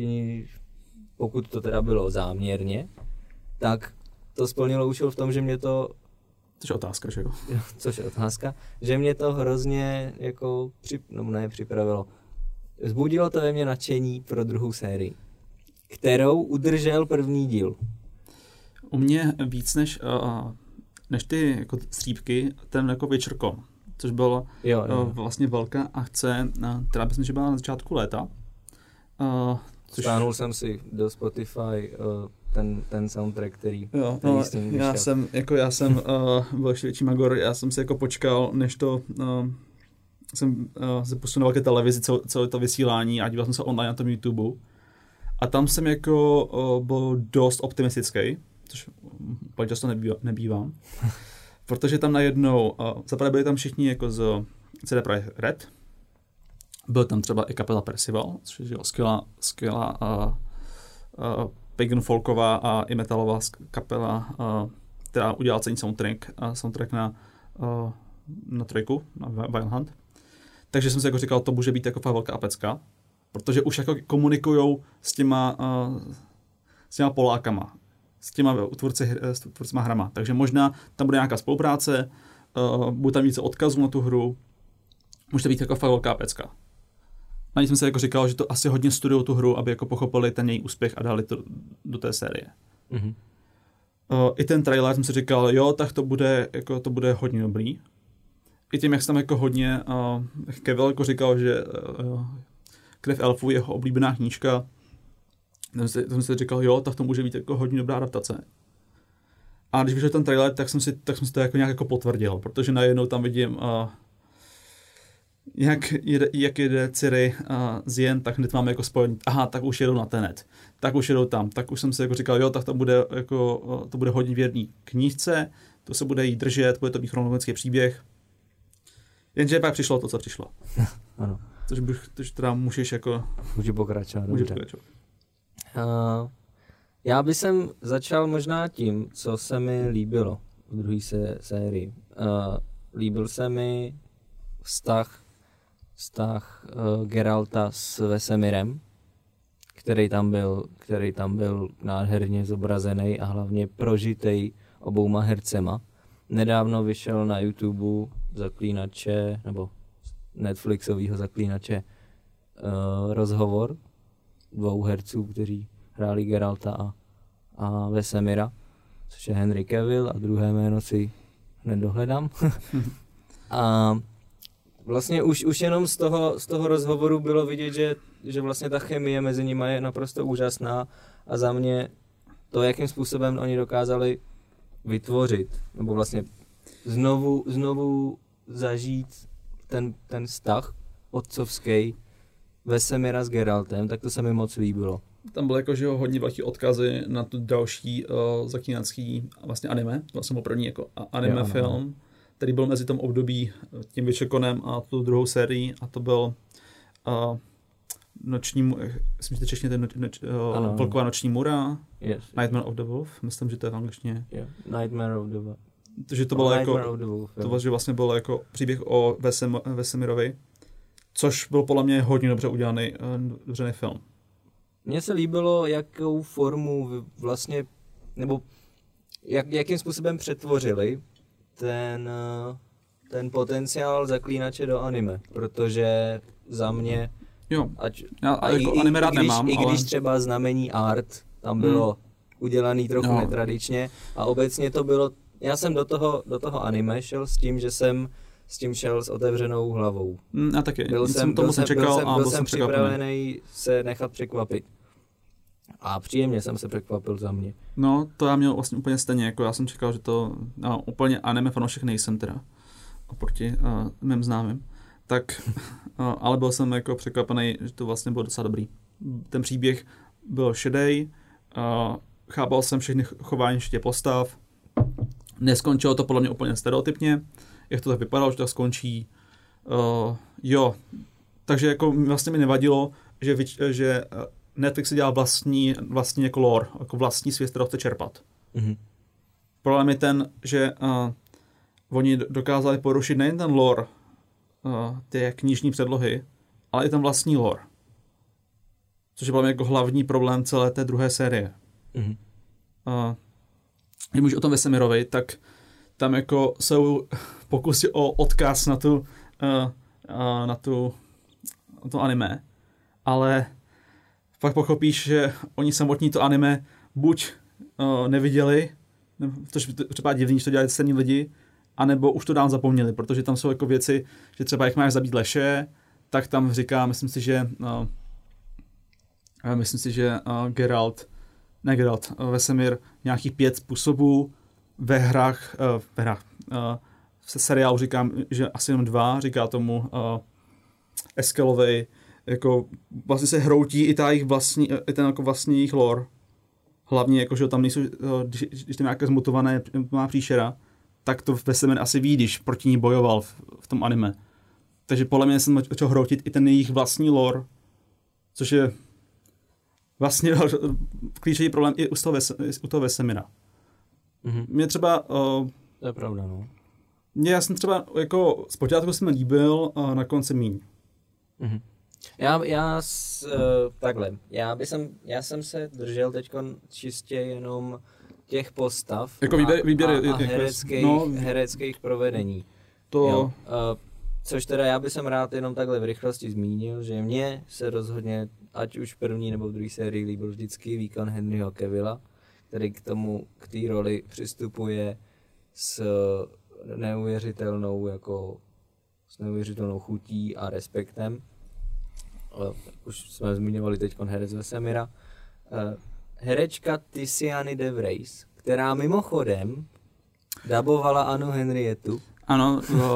pokud to teda bylo záměrně, tak to splnilo účel v tom, že mě to... Což je otázka, že jo? Což je otázka. Že mě to hrozně jako připravilo. Vzbudilo to ve mně nadšení pro druhou sérii, kterou udržel první díl. U mě víc než ty jako střípky, ten jako Witcher.com, což byla vlastně velká akce, která myslím, že byla na začátku léta. Stáhnul jsem si do Spotify ten soundtrack, který No, s tím vyšel. já jsem byl ještě větší magor, já jsem si jako počkal, než to jsem se pustil na velké televizi, celé to vysílání a díval jsem se online na tom YouTube. A tam jsem jako byl dost optimistický, což úplně často nebývám. Protože tam najednou, zaprvé byli tam všichni jako z CD Projekt Red, byl tam třeba i kapela Percival, což je skvělá pagan folková a i metalová kapela, která udělala celý soundtrack na trojku, na Wild Hunt. Takže jsem si jako říkal, to může být jako fakt velká pecka, protože už jako komunikujou s těma Polákama, s těma tvůrcima hrama. Takže možná tam bude nějaká spolupráce, bude tam více odkazů na tu hru, může to být jako fakt velká pecka. A jsem si jako říkal, že to asi hodně studují tu hru, aby jako pochopili ten její úspěch a dali to do té série. Mm-hmm. I ten trailer jsem si říkal, jo, tak to bude hodně dobrý. I tím, jak jsem tam jako hodně, Kevin jako říkal, že Krev elfů je jeho oblíbená knížka, tak jsem si říkal, jo, tak to může být jako hodně dobrá adaptace. A když vyšel ten trailer, tak jsem si to jako nějak jako potvrdil, protože najednou tam vidím, jak jede Ciri z Jen, tak hned máme jako spojení, aha, tak už jedou na Tenet, tak už jedou tam, tak už jsem si jako říkal, jo, tak to bude hodně věrný knížce, to se bude jí držet, bude to být chronologický příběh. Jenže pak přišlo to, co přišlo. Ano. Tož teda můžeš jako... Můžu pokračovat. pokračovat. Já bych začal možná tím, co se mi líbilo v druhé sérii. Líbil se mi vztah Geralta s Vesemirem, který tam byl nádherně zobrazený a hlavně prožitej obouma hercema. Nedávno vyšel na YouTube Zaklínače, nebo Netflixovýho Zaklínače, rozhovor dvou herců, kteří hráli Geralta a Vesemira, což je Henry Cavill a druhé jméno si nedohledám. A vlastně už jenom z toho rozhovoru bylo vidět, že vlastně ta chemie mezi nimi je naprosto úžasná a za mě to, jakým způsobem oni dokázali vytvořit, nebo vlastně znovu zažít ten vztah otcovský Vesemira s Geraltem, tak to se mi moc líbilo. Tam bylo jako, že hodně velký odkazy na tu další zaklínačský vlastně anime, vlastně poprvní jako anime film, který byl mezi tom období tím Vyčekonem a tu druhou sérii a to byl myslím, že češtině Vlková noční můra, yes. Nightmare of the Wolf, myslím, že to je v angličtině. Yeah. Nightmare of the Wolf. Takže to bylo jako, to vlastně bylo jako příběh o Vesemirovi, což byl podle mě hodně dobře udělaný film. Mně se líbilo, jakou formu vlastně, nebo jakým způsobem přetvořili ten potenciál Zaklínače do anime, protože za mě, jo, já jako anime rád nemám, i když třeba znamení art tam bylo udělaný trochu netradičně a obecně to bylo, já jsem do toho anime šel s tím, že jsem s tím šel s otevřenou hlavou. A taky, byl jsem připravený se nechat překvapit. A příjemně jsem se překvapil za mě. No, to já měl vlastně úplně stejně, jako já jsem čekal, že to, úplně anime fanoušek nejsem teda, oproti mým známým, tak, ale byl jsem jako překvapený, že to vlastně bylo docela dobrý. Ten příběh byl šedej, chápal jsem všechny chování postav, neskončilo to podle mě úplně stereotypně, jak to tak vypadalo, že to skončí, jo, takže jako vlastně mi nevadilo, že Netflix si dělal vlastní jako lore, jako vlastní svět, kterou chce čerpat. Mm-hmm. Problém je ten, že oni dokázali porušit nejen ten lore ty knižní předlohy, ale i ten vlastní lore. Což je jako hlavní problém celé té druhé série. Mm-hmm. Když mluvíš o tom Vesemirovi, tak tam jako jsou pokusy o odkaz na to anime, ale pak pochopíš, že oni samotní to anime buď neviděli, což třeba divný, že to dělají stejní lidi, anebo už to dávno zapomněli, protože tam jsou jako věci, že třeba jak máš zabít leše, tak tam říká, myslím si, že Geralt Geralt, Vesemir nějakých 5 způsobů, ve hrách, v seriálu říkám, že asi jenom 2, říká tomu Eskelovej, jako vlastně se hroutí i ten jako vlastní jejich lore. Hlavně, jako, že tam nejsou, když tam nějaká zmutovaná příšera, tak to Vesemir asi ví, když proti ní bojoval v tom anime. Takže podle mě jsem začal hroutit i ten jejich vlastní lore, což je vlastně klíčový problém i u toho Vesemira. Mhm. Mě třeba... To je pravda, no. Já jsem třeba, jako, zpočátku jsem líbil, a na konci míň. Mhm. Takhle, já jsem se držel teď čistě jenom těch postav jako a hereckých provedení. To... Jo, což teda já bych rád jenom takhle v rychlosti zmínil, že mně se rozhodně, ať už v první nebo v druhé sérii, líbil vždycky výkon Henryho Cavilla, který k té roli přistupuje s neuvěřitelnou chutí a respektem. Už jsme zmiňovali teď herec Vesemira. Herečka Tiziany DeVries, která mimochodem dabovala Anu Henrietu. Ano,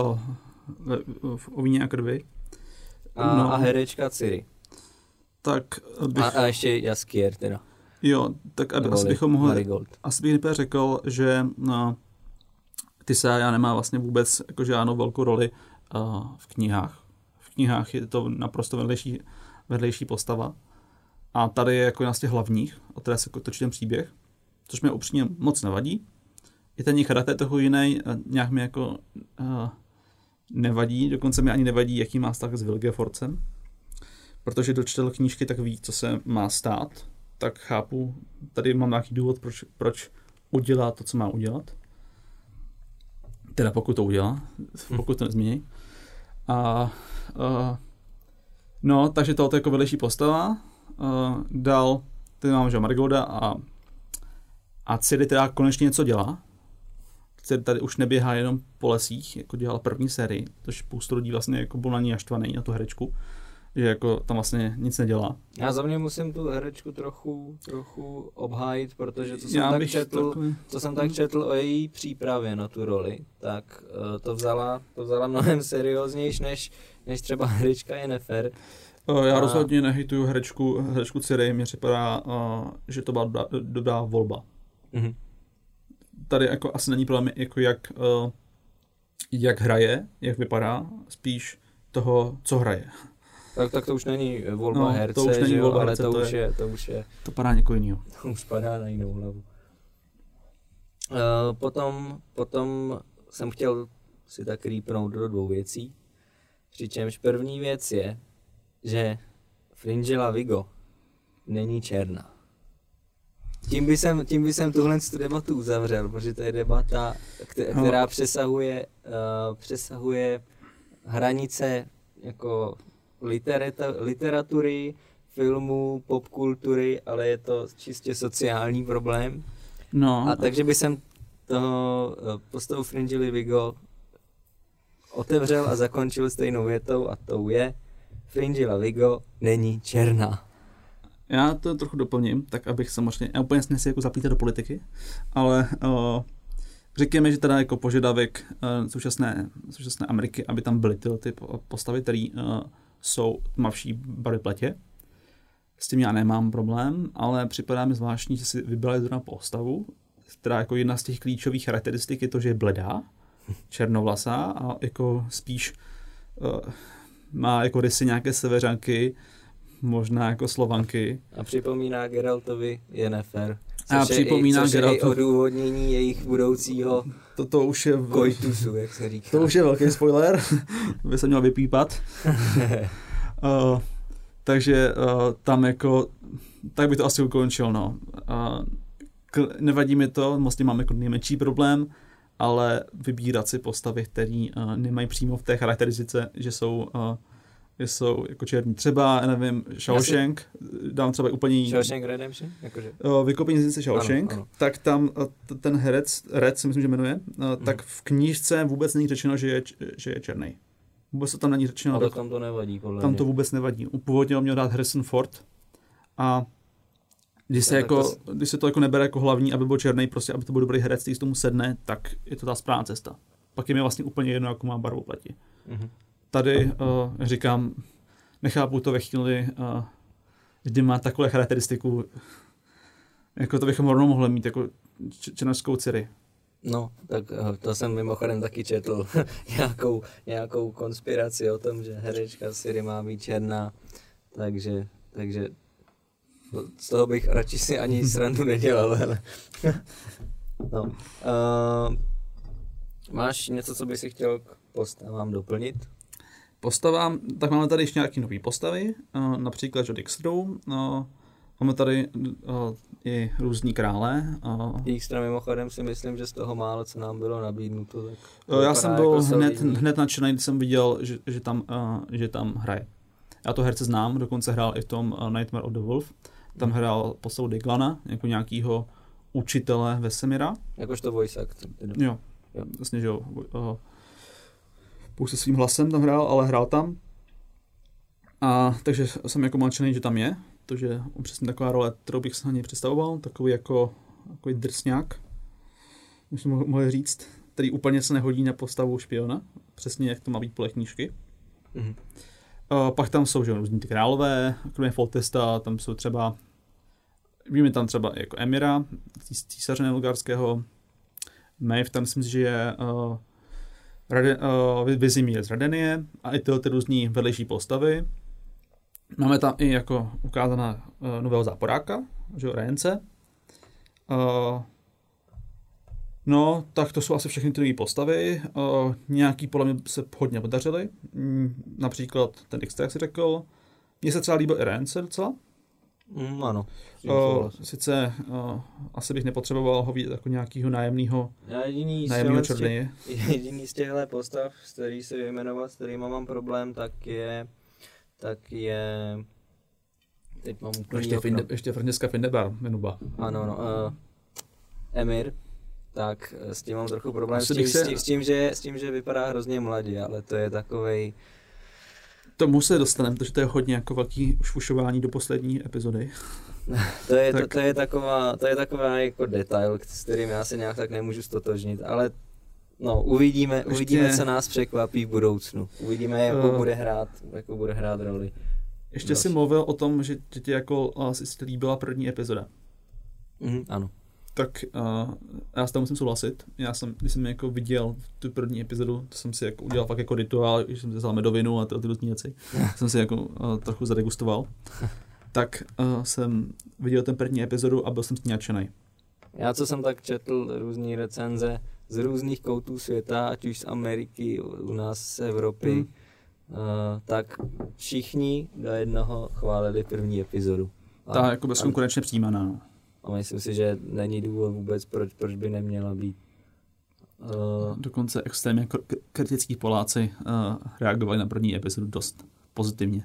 v Ovíně a krvi. A herečka Ciri. Tak a ještě Jaskier teda. Jo, tak asi bychom mohli... Asi bych nejprve řekl, že Tiziana nemá vlastně vůbec jako žádnou velkou roli v knihách. V knihách je to naprosto vedlejší postava. A tady je jako jedna z těch hlavních, o které se točí ten příběh, což mě upřímně moc nevadí. I ten jejich charakter je trochu jiný, nějak mi jako nevadí, dokonce mi ani nevadí, jaký má vztah s Vilgefortzem. Protože dočtel knížky, tak ví, co se má stát, tak chápu, tady mám nějaký důvod, proč udělá to, co má udělat. Teda pokud to udělá, pokud to nezmění. No, takže tohle je jako vedlejší postava. Dál, tady mám, že Margolda a Ciri teda konečně něco dělá. Ciri tady už neběhá jenom po lesích, jako dělala první sérii, což spoustu lidí vlastně jako byl na ní naštvaný, na tu herečku, že jako tam vlastně nic nedělá. Já za mě musím tu herečku trochu obhájit, protože co jsem tak četl o její přípravě na tu roli, tak to vzala mnohem serióznější než třeba herečka Yennefer. Já rozhodně nehejtuju herečku Ciri, mně připadá, že to byla dobrá volba. Mhm. Tady jako asi není problém, jako jak hraje, jak vypadá, spíš toho, co hraje. Tak to už není volba herce, to už není volba herce, ale to už je... To padá někoho jiného. To už padá na jinou hlavu. Potom jsem chtěl si tak rýpnout do 2 věcí. Přičemž první věc je, že Fringilla Vigo není černá. Tím by jsem tuhle debatu uzavřel, protože to je debata, která přesahuje hranice jako literatury, filmu, popkultury, ale je to čistě sociální problém. No. A takže by jsem toho postavu Fringilly Vigo otevřel a zakončil stejnou větou a tou je: Fringilla Vigo není černá. Já to trochu doplním, tak abych samozřejmě, já úplně nechci jako zaplítat do politiky, ale řekněme, že teda jako požadavek současné Ameriky, aby tam byly ty postavy, které jsou tmavší barvy pletě. S tím já nemám problém, ale připadá mi zvláštní, že si vybrali zrovna postavu, která jako jedna z těch klíčových charakteristik je to, že je bledá, černovlasá a jako spíš má jako rysy nějaké severanky, možná jako Slovanky. A připomíná Geraltovi Yennefer. Což je i odůvodnění jejich budoucího to už je koitusu, jak se říká. To už je velký spoiler, by se měl vypípat. Takže tam jako, tak by to asi ukončil, no. Nevadí mi to, vlastně mám jako nejmenší problém, ale vybírat si postavy, které nemají přímo v té charakteristice, že jsou jako černí. Třeba, nevím, Shawshank, dám třeba úplně jiný. Shawshank Redemption? Jakože? Vykopení z Shawshank, ano. Tak tam ten herec, Red si myslím, že jmenuje, tak v knížce vůbec není řečeno, že je černý. Vůbec to tam není řečeno. Ale tam to nevadí, podle Tam mě. to vůbec nevadí. Původně měl dát Harrison Ford a Když se to jako nebere jako hlavní, aby byl černý, prostě aby to byl dobrý herec, který tomu sedne, tak je to ta správná cesta. Pak je mi vlastně úplně jedno, jako má barvu pleti. Tady říkám, nechápu to ve chvíli, kdy má takové charakteristiku, jako to bychom rovnou mohli mít, jako černošskou Ciri. No, tak to jsem mimochodem taky četl nějakou konspiraci o tom, že herečka Ciri má být černá, takže z toho bych radši si ani srandu nedělal, hele. No, máš něco, co bys si chtěl k postavám doplnit? Postavám, tak máme tady ještě nějaké nové postavy, například Jodie Xtru, máme tady i různí krále. Dijkstra mimochodem si myslím, že z toho málo, co nám bylo nabídnuto. Tak já jsem byl hned nadšený, když jsem viděl, že tam hraje. Já to herce znám, dokonce hrál i v tom Nightmare of the Wolf. Tam hrál postavu Diglana, jako nějakýho učitele Vesemira. Jakožto voice actor. Jo, vlastně, že jo. Pouze svým hlasem tam hrál, ale hrál tam. Takže jsem jako nadšený, že tam je. To je přesně taková role, kterou bych se na něj představoval. Takový drsňák, bychom mohli říct, který úplně se nehodí na postavu špiona. Přesně jak to má být podle knížky. Pak tam jsou různí ty králové, kromě Foltesta, tam jsou třeba, víme tam třeba jako Emira, císaře Nilfgaardského, Maeve, tam myslím si, že je Vizimír z Redenie a i ty různí vedlejší postavy. Máme tam i jako ukázaná nového záporáka, že Rejence. No, tak to jsou asi všechny ty nové postavy. Nějaký podle mě se hodně podařily. Například ten Dijkstra, jak jsi řekl. Mně se třeba líbil i Rejence docela. Ano. Sice asi bych nepotřeboval ho vidět jako nějakého nájemného černého. Jediný z těchto postav, z který se vyjmenovat, s kterýma mám problém, tak je teď mám úplně ještě Francesca Finnebar, Menuba. Ano, Emir, tak s tím mám trochu problém, s tím, že vypadá hrozně mladě, ale to je takovej... Tomu se dostaneme, protože to je hodně jako velký šfušování do poslední epizody. To je taková jako detail, s kterým já se nějak tak nemůžu stotožnit, ale no, uvidíme, co nás překvapí v budoucnu. Uvidíme, jakou bude hrát roli. Ještě jsi mluvil o tom, že ti jako si líbila první epizoda. Ano. Tak já s tím musím souhlasit. Když jsem jako viděl tu první epizodu, to jsem si jako udělal fakt jako rituál, když jsem si vzal medovinu a ty různé věci. Jsem si jako trochu zadegustoval. Tak jsem viděl ten první epizodu a byl jsem s ní nadšenej. Já, co jsem tak četl různý recenze z různých koutů světa, ať už z Ameriky, u nás z Evropy, tak všichni do jednoho chválili první epizodu. Ta jako bezkonkurenčně přijímaná, no. A myslím si, že není důvod vůbec, proč by neměla být. Dokonce extrémně kritický Poláci reagovali na první epizodu dost pozitivně.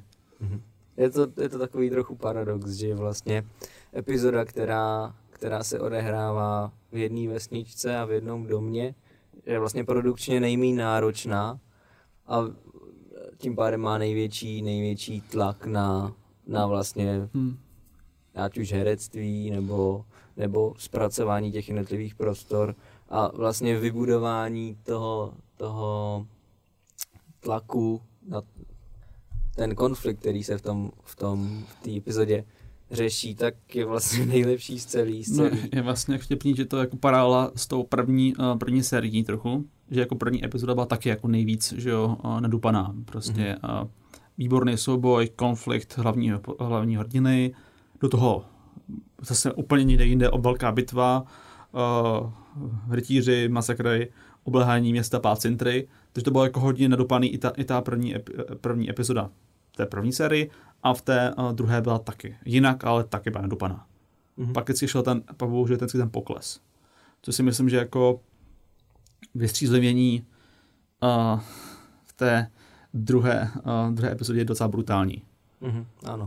Je to takový trochu paradox, že vlastně epizoda, která se odehrává v jedné vesničce a v jednom domě, je vlastně produkčně nejméně náročná a tím pádem má největší tlak na vlastně ať už herectví nebo zpracování těch jednotlivých prostor a vlastně vybudování toho tlaku na ten konflikt, který se v té epizodě řeší, tak je vlastně nejlepší z celý. No, je vlastně vtipný, že to jako paralela s tou první sérií trochu, že jako první epizoda byla taky jako nejvíc, že jo, nadupaná. Prostě výborný souboj, konflikt hlavní hrdiny, do toho zase úplně někde jinde velká bitva, rytíři, masakry, obléhání města, pád Sintry, takže to bylo jako hodně nadupaný i ta první epizoda v té první sérii a v té druhé byla taky jinak, ale taky byla nadupaná. Pak vždycky šel bohužel ten pokles. Co si myslím, že jako vystřízlivění v té druhé epizodě je docela brutální. Ano.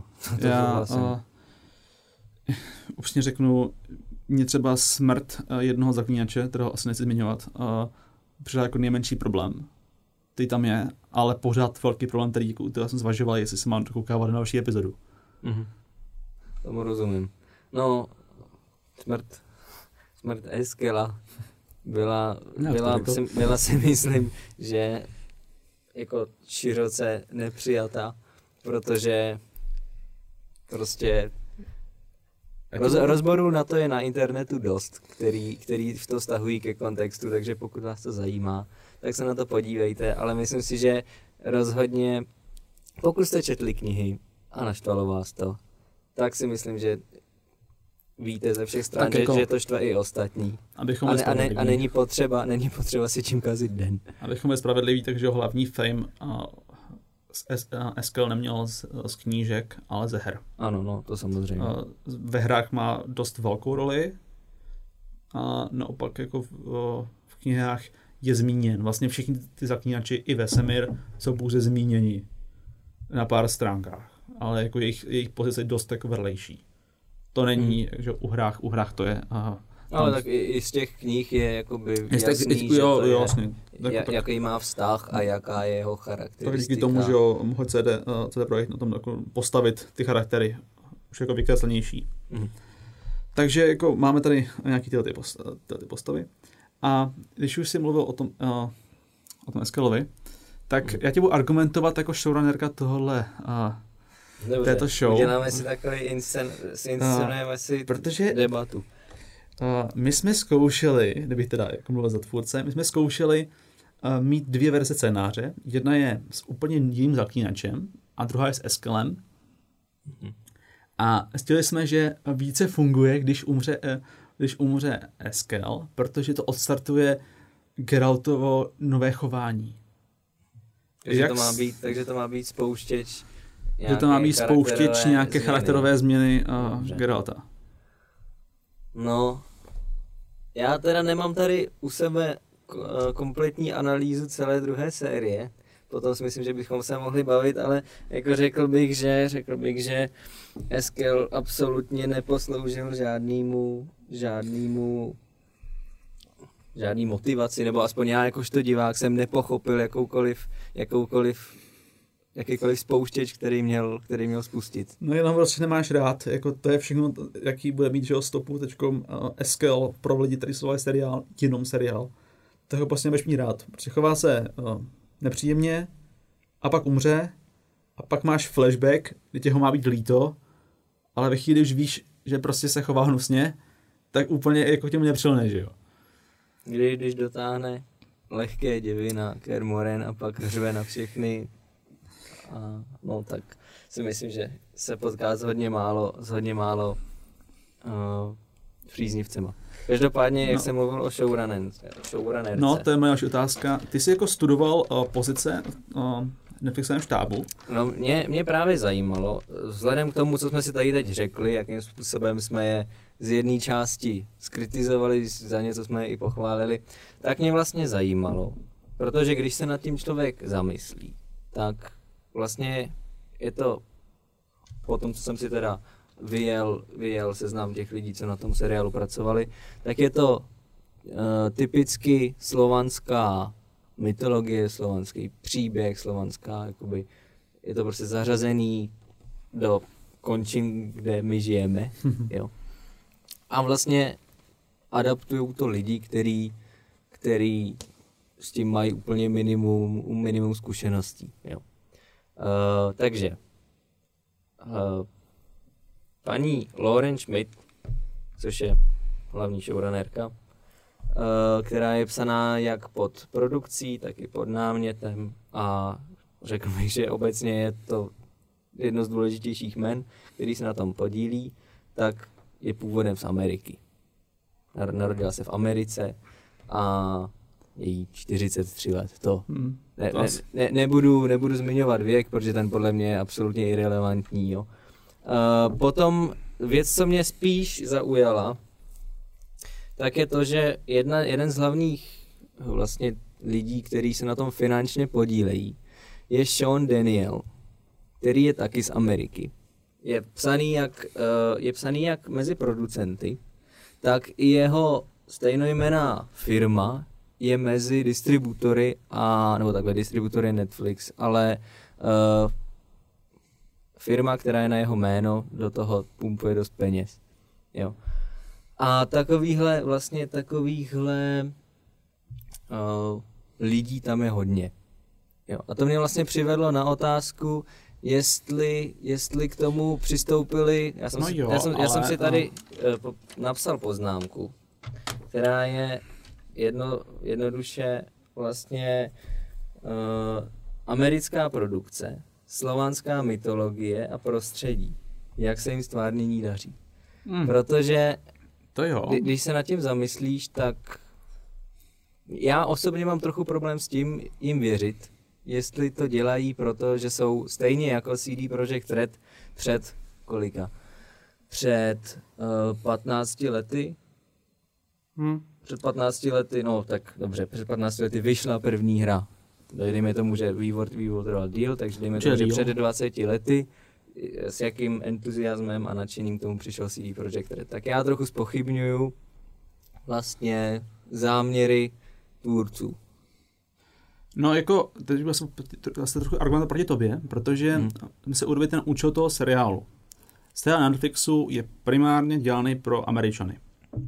Upřímně řeknu, mě třeba smrt jednoho zaklínače, kterého asi nechci zmiňovat, přišel jako nejmenší problém. Který tam je, ale pořád velký problém, který jsem zvažoval, jestli se mám dokoukávat na další epizodu. Tomu rozumím. No, smrt Eskela byla si myslím, že jako široce nepřijata, protože prostě rozborů na to je na internetu dost, který v to stahují ke kontextu, takže pokud vás to zajímá, tak se na to podívejte, ale myslím si, že rozhodně, pokud jste četli knihy a naštvalo vás to, tak si myslím, že víte ze všech stran, že to štve i ostatní. A není potřeba si čím kazit den. Abychom byli spravedliví, takže hlavní fame Eskel neměl z knížek, ale ze her. Ano, no, to samozřejmě. Ve hrách má dost velkou roli a naopak jako v knihách je zmíněn. Vlastně všichni ty zaklínači i Vesemir jsou pouze zmíněni na pár stránkách, ale jako jejich pozice je dost jako vedlejší. To není, že u hrách to je. Ale tak i z těch knih je jakoby jasný, že to je, vlastně, jaký má vztah a jaká je jeho charakteristika. Tak díky tomu, že mohl CD Projekt na tom jako postavit ty charaktery už jako vykreslenější. Takže jako máme tady nějaký tyhle ty postavy. A když už jsi mluvil o tom Eskelovi, tak já tě budu argumentovat jako showrunnerka tohohle této show. Uděláme si takový inscenujeme si debatu. My jsme zkoušeli, kdybych teda jako mluvil za tvůrce, my jsme zkoušeli mít 2 verze scénáře. Jedna je s úplně jiným zaklínačem a druhá je s Eskelem. A zjistili jsme, že více funguje, když umře Eskel, protože to odstartuje Geraltovo nové chování. Takže to má být spouštěč. Že to má být spouštěč nějaké charakterové změny Geralta. No, já teda nemám tady u sebe kompletní analýzu celé druhé série. Potom si myslím, že bychom se mohli bavit, ale jako řekl bych, že Eskel absolutně neposloužil žádný motivaci, nebo aspoň já jakožto divák jsem nepochopil jakýkoliv spouštěč, který měl spustit. No jenom prostě nemáš rád, jako to je všechno, jaký bude mít, že stopu teďkom Eskel pro lidi, kteří sledovali seriál, jenom seriál. Tak ho prostě nebudeš mít rád, protože chová se nepříjemně a pak umře a pak máš flashback, kdy tě ho má být líto, ale ve chvíli, když víš, že prostě se chová hnusně, tak úplně jako těm nepřilne, že jo. Když dotáhne lehké děvy na Kaer Morhen a pak řve na všechny, no tak si myslím, že se potká s hodně málo příznivcema. Každopádně, jak jsem mluvil o showrunnerce. No, to je moje otázka. Ty jsi jako studoval pozice Netflixovém štábu? No, mě právě zajímalo, vzhledem k tomu, co jsme si tady teď řekli, jakým způsobem jsme je z jedné části skritizovali, za něco jsme je i pochválili, tak mě vlastně zajímalo, protože když se nad tím člověk zamyslí, tak vlastně je to, po tom, co jsem si teda vyjel seznam těch lidí, co na tom seriálu pracovali, tak je to typicky slovanská mytologie, slovanský příběh, slovanská, jakoby, je to prostě zařazený do končin, kde my žijeme, jo. A vlastně adaptujou to lidi, který s tím mají úplně minimum zkušeností, jo. Takže paní Lauren Schmidt, což je hlavní showrunnerka, která je psaná jak pod produkcí, tak i pod námětem a řekl bych, že obecně je to jedno z důležitějších men, který se na tom podílí, tak je původem z Ameriky. Narodila se v Americe a je jí 43 let. Nebudu zmiňovat věk, protože ten podle mě je absolutně irelevantní. Jo. Potom věc, co mě spíš zaujala, tak je to, že jeden z hlavních vlastně lidí, kteří se na tom finančně podílejí, je Sean Daniel, který je taky z Ameriky. Je psaný jak mezi producenty, tak i jeho stejnojmenná firma je mezi distributory distributory Netflix, ale firma, která je na jeho jméno, do toho pumpuje dost peněz. Jo. A takovýchhle lidí tam je hodně. Jo. A to mě vlastně přivedlo na otázku, jestli k tomu přistoupili, já jsem si tady napsal poznámku, která je jednoduše vlastně americká produkce, slovanská mytologie a prostředí. Jak se jim stvárnění daří. Protože to jo. Když se nad tím zamyslíš, tak já osobně mám trochu problém s tím jim věřit, jestli to dělají, protože jsou stejně jako CD Projekt Red před kolika? Před 15 lety? Před 15 lety, no tak dobře, před 15 lety vyšla první hra. Dejme tomu, že vývoj trval díl, takže dejme tomu, že před 20 lety s jakým entuziasmem a nadšením k tomu přišel CD Projekt Red. Tak já trochu zpochybňuju vlastně záměry tvůrců. No jako, teď vlastně trochu argument proti tobě, protože se urvě ten účel toho seriálu. Seriál na Netflixu je primárně dělaný pro Američany.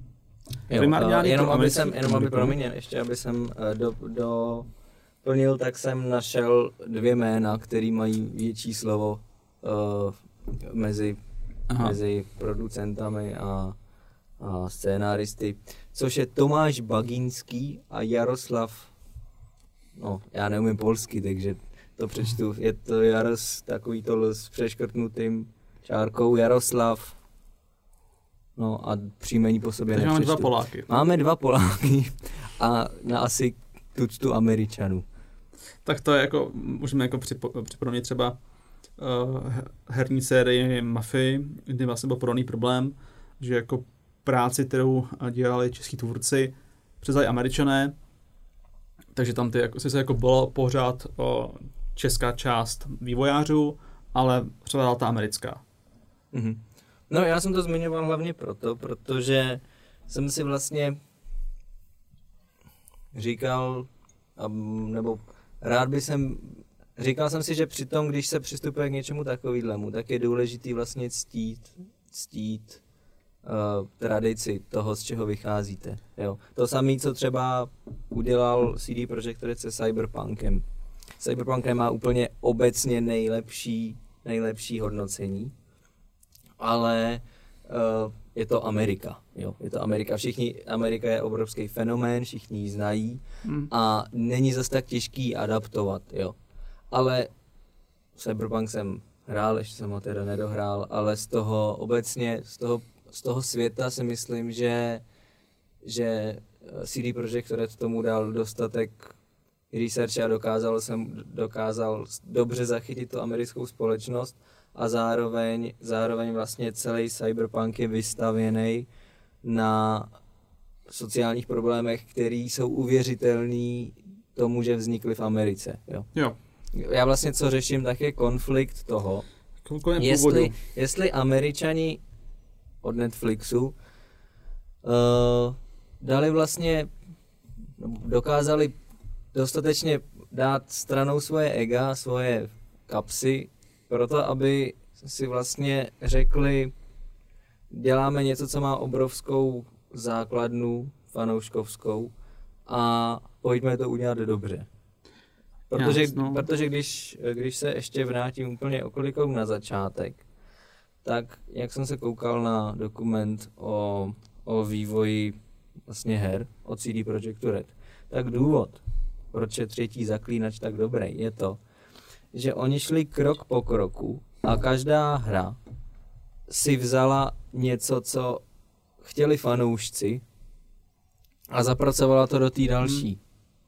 Aby jsem doplnil, tak jsem našel 2 jména, který mají větší slovo mezi producentami a scénáristy, což je Tomáš Bagínský a Jaroslav, no já neumím polsky, takže to přečtu, je to takový to s přeškrtnutým čárkou, Jaroslav, no a příjmení po sobě nepřečtu. Máme 2 Poláky. Máme 2 Poláky a na asi tuctu Američanů. Tak to je jako, můžeme jako připomenout třeba herní sérii Mafii, kdy vlastně byl podobný problém, že jako práci, kterou dělali český tvůrci, převzali Američané, takže tam se jako bylo pořád česká část vývojářů, ale převzala ta americká. Mm-hmm. No já jsem to zmiňoval hlavně proto, protože jsem si vlastně říkal, nebo rád by jsem, říkal jsem si, že přitom, když se přistupuje k něčemu takovýhlemu, tak je důležitý vlastně ctít tradici toho, z čeho vycházíte. Jo. To samé, co třeba udělal CD Projekt Red se Cyberpunkem. Cyberpunk nemá úplně obecně nejlepší hodnocení, ale je to Amerika. Jo. Je to Amerika. Amerika je obrovský fenomén, všichni ji znají a není zas tak těžký adaptovat. Jo. Ale Cyberpunk jsem hrál, ještě jsem ho teda nedohrál, ale z toho světa si myslím, že CD Projekt Red tomu dal dostatek research a dokázal dobře zachytit tu americkou společnost a zároveň vlastně celý Cyberpunk je vystavěný na sociálních problémech, které jsou uvěřitelný tomu, že vznikly v Americe. Jo. Já vlastně co řeším, tak je konflikt toho, jestli Američani od Netflixu dokázali dostatečně dát stranou svoje ega, svoje kapsy, proto aby si vlastně řekli, děláme něco, co má obrovskou základnu fanouškovskou a pojďme to udělat dobře. Protože když se ještě vrátím úplně okolikou na začátek, tak jak jsem se koukal na dokument o vývoji vlastně her od CD Projektu Red, tak důvod, proč je 3. Zaklínač tak dobrý, je to, že oni šli krok po kroku a každá hra si vzala něco, co chtěli fanoušci a zapracovala to do té další.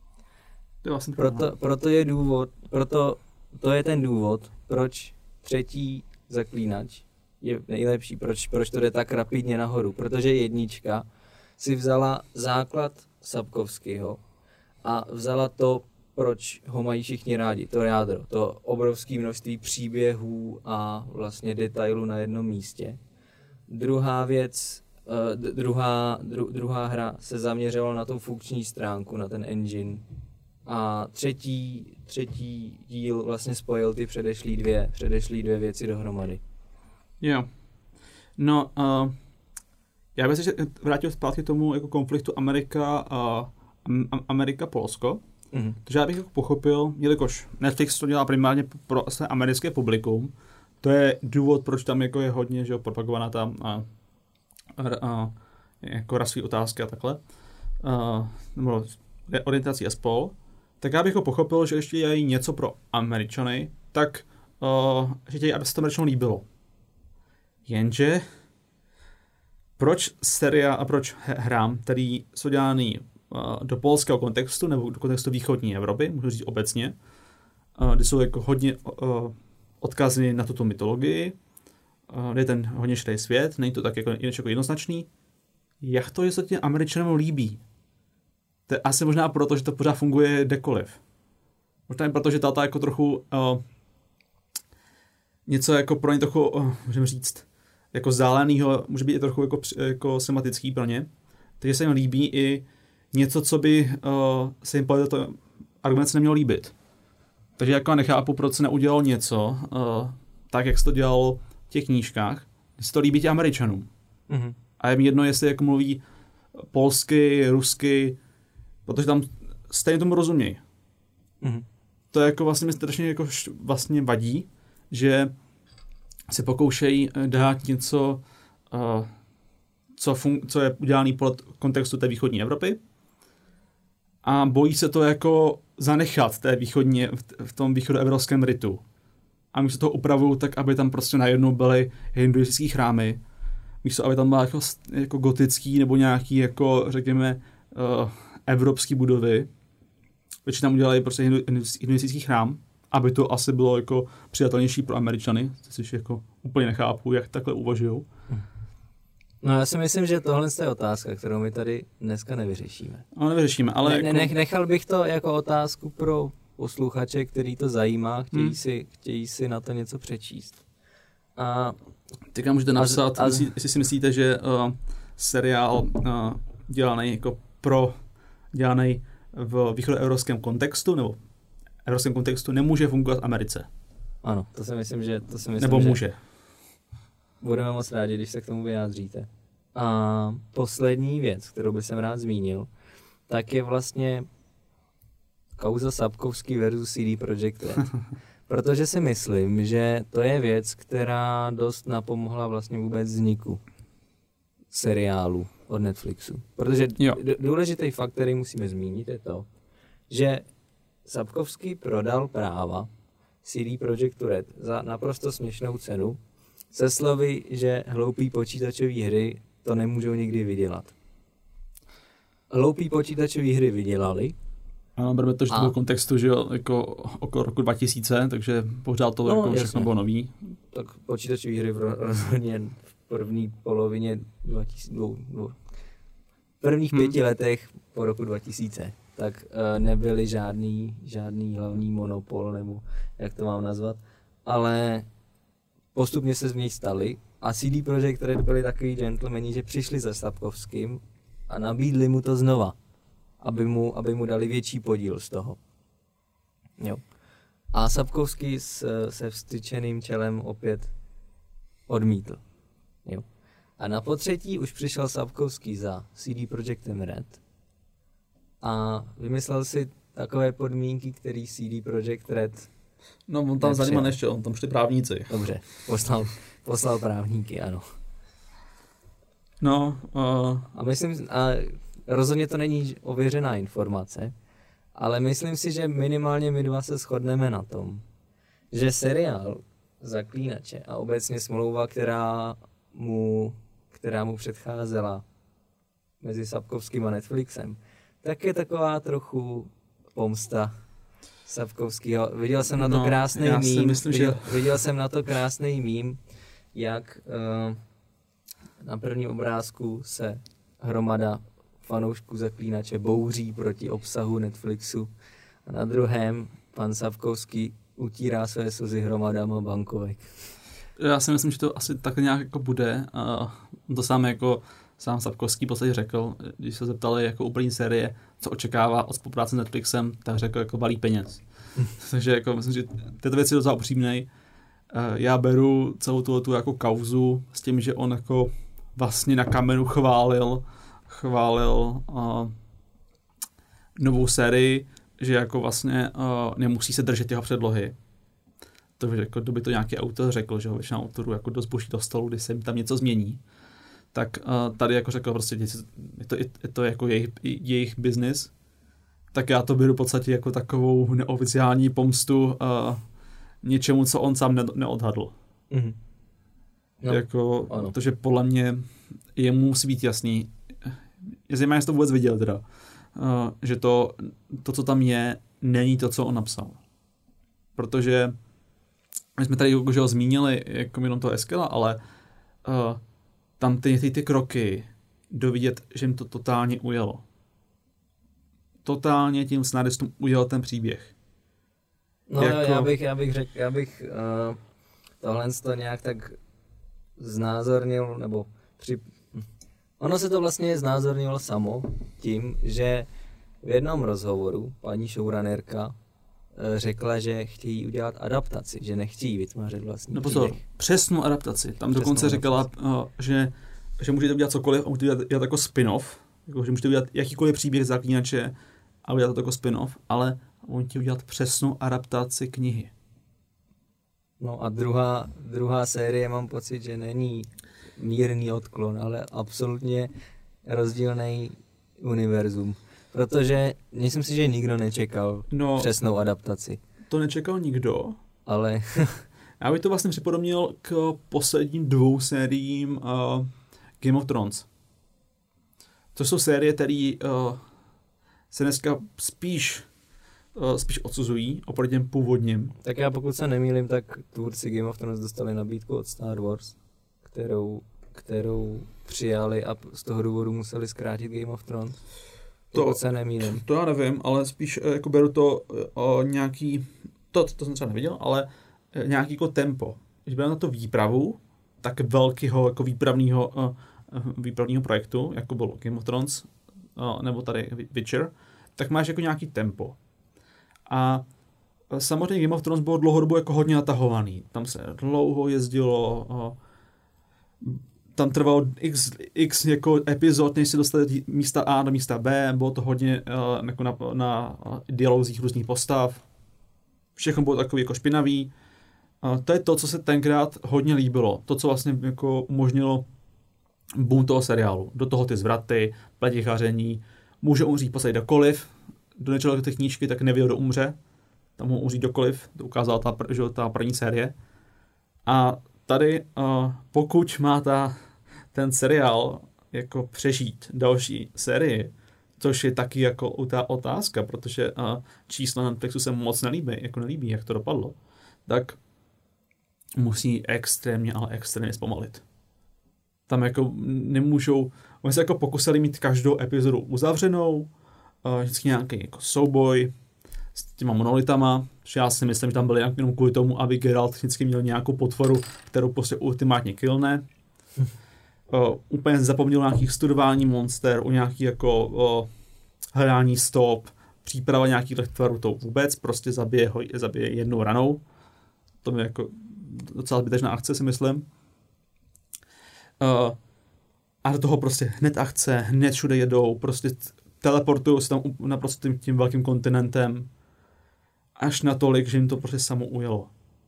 To je ten důvod, proč 3. Zaklínač je nejlepší, proč to jde tak rapidně nahoru, protože 1 si vzala základ Sapkowskiho a vzala to, proč ho mají všichni rádi, to jádro, to obrovské množství příběhů a vlastně detailů na jednom místě. Druhá věc, druhá hra se zaměřovala na tu funkční stránku, na ten engine. A třetí díl vlastně spojil ty předešlý dvě věci dohromady. Jo. No, já bych se vrátil zpátky k tomu jako konfliktu Amerika-Polsko. Takže já bych jako pochopil, jelikož Netflix to dělá primárně pro své americké publikum, to je důvod, proč tam jako je hodně, že jo, propagovaná tam jako rasové otázky a takhle, nebo orientací a spol, tak já bych ho pochopil, že ještě dělají něco pro Američany, tak že chtějí, aby se to Američanům líbilo. Jenže proč seriál a proč hrám, který jsou dělaný do polského kontextu nebo do kontextu východní Evropy, můžu říct obecně, kde jsou jako hodně odkazy na tuto mytologii, kde je ten hodně širý svět, není to tak jako jednoznačný. Jak to, že se těm Američanům líbí? To je asi možná proto, že to pořád funguje kdekoliv. Možná i proto, že táta jako trochu něco jako pro ně trochu, můžeme říct, jako vzdálenýho, může být i trochu jako sematický pro ně. Takže se jim líbí i něco, co by se jim podle toho argument se nemělo líbit. Takže jako nechápu, proč se neudělalo něco, tak, jak se to dělalo v těch knížkách, když se to líbí těm Američanům. Mm-hmm. A je mi jedno, jestli jako mluví polsky, rusky, protože tam stejně tomu rozumějí. Mm-hmm. To je jako vlastně mi strašně jako vlastně vadí, že se pokoušejí dát něco, co je udělané podle kontextu té východní Evropy a bojí se to jako zanechat v tom východoevropském ritu. A místo toho upravují tak, aby tam prostě najednou byly hinduistický chrámy, místo aby tam byly jako gotický nebo nějaký jako řekněme evropský budovy, většinou tam udělali prostě hinduistický chrám, aby to asi bylo jako přijatelnější pro Američany, což jako úplně nechápu, jak takhle uvažujou. No já si myslím, že tohle je otázka, kterou my tady dneska nevyřešíme. No nevyřešíme, ale nechal bych to jako otázku pro posluchače, který to zajímá, chtějí si na to něco přečíst. A teďka můžete napsat, jestli si myslíte, že seriál dělaný v východoevropském kontextu nebo evropském kontextu nemůže fungovat v Americe. Ano, to si myslím, nebo může. Budeme moc rádi, když se k tomu vyjádříte. A poslední věc, kterou bych rád zmínil, tak je vlastně kauza Sapkowski versus CD Projekt Red. Protože si myslím, že to je věc, která dost napomohla vlastně vůbec vzniku seriálu od Netflixu. Protože důležitý fakt, který musíme zmínit, je to, že Sapkowski prodal práva CD Projektu Red za naprosto směšnou cenu se slovy, že hloupý počítačové hry to nemůžou nikdy vydělat. Hloupý počítačové hry vydělali. Ano, bereme to, že to bylo v kontextu, že jo, jako okolo roku 2000, takže pořád to jako všechno bylo nový. Tak počítačové hry rozhodně v první polovině 2000, prvních 5 letech po roku 2000, tak nebyly žádný hlavní monopol, nebo jak to mám nazvat, ale postupně se z něj staly a CD Projekt Red byli takový gentlemani, že přišli za Sapkowskim a nabídli mu to znova, aby mu dali větší podíl z toho. Jo. A Sapkowski se vstyčeným čelem opět odmítl. Jo. A na potřetí už přišel Sapkowski za CD Projektem Red a vymyslel si takové podmínky, které CD Projekt Red no, on tam za nima nešel, on tam šli právníci. Dobře, poslal právníky, ano. No, a myslím, rozhodně to není ověřená informace, ale myslím si, že minimálně my dva se shodneme na tom, že seriál Zaklínače a obecně smlouva, která mu předcházela mezi Sapkowskim a Netflixem, tak je taková trochu pomsta Sapkowského. Viděl jsem na to krásný mím. Viděl jsem na to krásný mím, jak na prvním obrázku se hromada fanoušků Zaklínače bouří proti obsahu Netflixu a na druhém pan Sapkowski utírá své slzy hromadama bankovek. Já si myslím, že to asi tak nějak jako bude. To sám Sapkowski v podstatě řekl, když se zeptali jako úplný série, co očekává od spolupráce s Netflixem, tak řekl jako balík peněz. Takže jako myslím, že tyto věci docela upřímnej. Já beru celou tu jako kauzu s tím, že on jako vlastně na kamenu chválil novou sérii, že jako vlastně nemusí se držet jeho předlohy. To jako, kdyby to nějaký autor řekl, že ho většina autorů jako dost boží do stolu, když se jim tam něco změní. Tak tady jako řekl prostě, je to jako jejich business. Tak já to beru v podstatě jako takovou neoficiální pomstu něčemu, co on sám neodhadl. Mhm. No, jako, protože podle mě jemu musí být jasný, jestli to vůbec viděl teda, že to, co tam je, není to, co on napsal. Protože my jsme tady už ho zmínili jako jenom toho Eskela, ale tam ty kroky dovidět, že jim to totálně ujelo. Totálně tím scenáristům ujel ten příběh. No jako... já bych řekl, tohle to nějak tak znázornil, nebo ono se to vlastně znázornilo samo tím, že v jednom rozhovoru paní showrunnerka řekla, že chtějí udělat adaptaci, že nechtějí vytvářet vlastní No pozor, přesnou adaptaci. Tam dokonce říkala, že můžete udělat cokoliv a můžete udělat jako spin-off, jako, že můžete udělat jakýkoliv příběh Zaklínače a udělat to jako spin-off, ale on chtějí udělat přesnou adaptaci knihy. No a druhá série mám pocit, že není mírný odklon, ale absolutně rozdílný univerzum. Protože myslím si, že nikdo nečekal přesnou adaptaci. To nečekal nikdo. Ale... Já bych to vlastně připodobnil k posledním 2 sériím Game of Thrones. To jsou série, které se dneska spíš odsuzují oproti těm původním. Tak já pokud se nemýlím, tak tvůrci Game of Thrones dostali nabídku od Star Wars, kterou přijali a z toho důvodu museli zkrátit Game of Thrones. Pokud se nemýlím. To já nevím, ale spíš jako beru to nějaký, to jsem třeba neviděl, ale nějaký jako tempo. Když byl na to výpravu, tak velkého jako výpravního projektu, jako bylo Game of Thrones, nebo tady Witcher, tak máš jako nějaký tempo. A samozřejmě Game of Thrones bylo dlouhodobu jako hodně natahovaný. Tam se dlouho jezdilo, tam trvalo x jako epizod, než se dostali místa A do místa B, bylo to hodně jako na dialozích různých postav. Všechno bylo takový jako špinavý. To je to, co se tenkrát hodně líbilo. To, co vlastně jako umožnilo boom toho seriálu. Do toho ty zvraty, pletichaření, může umřít podstatě dokoliv. Do něčeho ty knížky, tak nevěděl, kdo umře. Tam mohl umřít dokoliv. To ukázala ta první série. A tady, pokud má ten seriál jako přežít další sérii, což je taky jako ta otázka, protože čísla na Netflixu se moc nelíbí, jak to dopadlo, tak musí extrémně zpomalit. Tam jako nemůžou, oni se jako pokusili mít každou epizodu uzavřenou, vždycky nějaký jako souboj s těma monolitama, že já si myslím, že tam byly jenom kvůli tomu, aby Geralt vždycky měl nějakou potvoru, kterou prostě ultimátně killne. Úplně zapomněl nějakých studování monster, o nějaký jako hledání stop, příprava nějakých tvarů, to vůbec prostě zabije jednou ranou. To je jako docela zbytečná akce, si myslím. A do toho prostě hned akce, hned všude jedou, prostě teleportují se tam naprosto tím velkým kontinentem až natolik, že jim to prostě samo ujelo.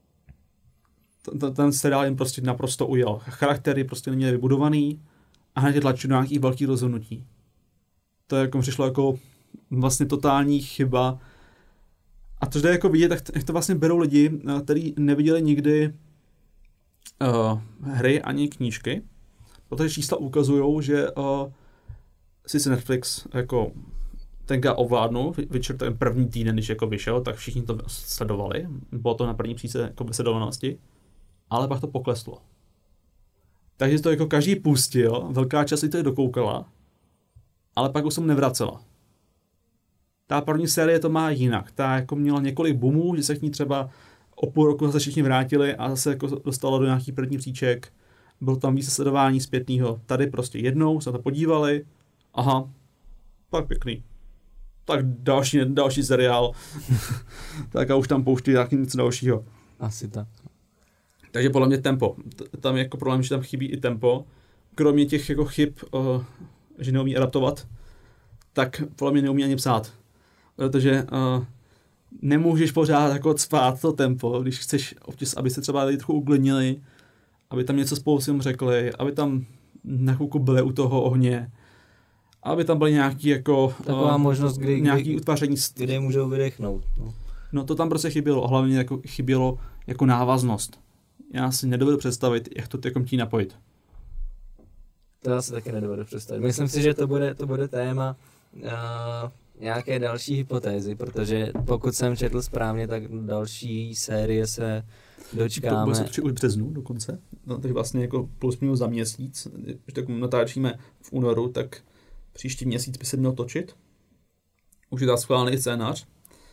Ten seriál jim prostě naprosto ujel. Charaktery prostě neměli vybudovaný a hned je tlačí do nějakých velkých rozhodnutí. To jako přišlo jako vlastně totální chyba. A to, že jako vidět, jak to vlastně berou lidi, kteří neviděli nikdy hry ani knížky, protože čísla ukazují, že sice Netflix jako tenkrát ovládnul, Witcher ten první týden, když jako vyšel, tak všichni to sledovali. Bylo to na první příčce jako sledovanosti, ale pak to pokleslo. Takže to jako každý pustil, velká část to dokoukala, ale pak už jsem nevracela. Ta první série to má jinak. Ta jako měla několik boomů, že se k ní třeba o půl roku zase všichni vrátili a zase jako dostalo do nějakých prvních příček. Bylo tam více sledování zpětného. Tady prostě jednou se to podívali. Aha, tak pěkný. Tak další seriál. Tak a už tam pouští nějaký něco dalšího. Asi tak. Takže podle mě tempo. Tam je jako problém, že tam chybí i tempo. kromě těch jako chyb, že neumí adaptovat, tak podle mě neumí ani psát. Protože nemůžeš pořád jako cpát to tempo, když chceš občas, aby se třeba lidi trochu uklidnili, aby tam něco spolu si jim řekli, aby tam na chvilku byli u toho ohně, aby tam byly nějaký jako taková možnost, nějaký utváření kde můžou vydechnout. No to tam prostě chybělo, a hlavně jako chybělo jako návaznost. Já si nedovedu představit, jak to jako tí napojit. To já si taky nedovedu představit. Myslím si, že to bude téma nějaké další hypotézy, protože pokud jsem četl správně, tak další série se dočkáme. To bude už v březnu dokonce, no, takže vlastně jako plus minus za měsíc, když tak natáčíme v únoru, tak příští měsíc by se měl točit. Už je tam schválený scénář.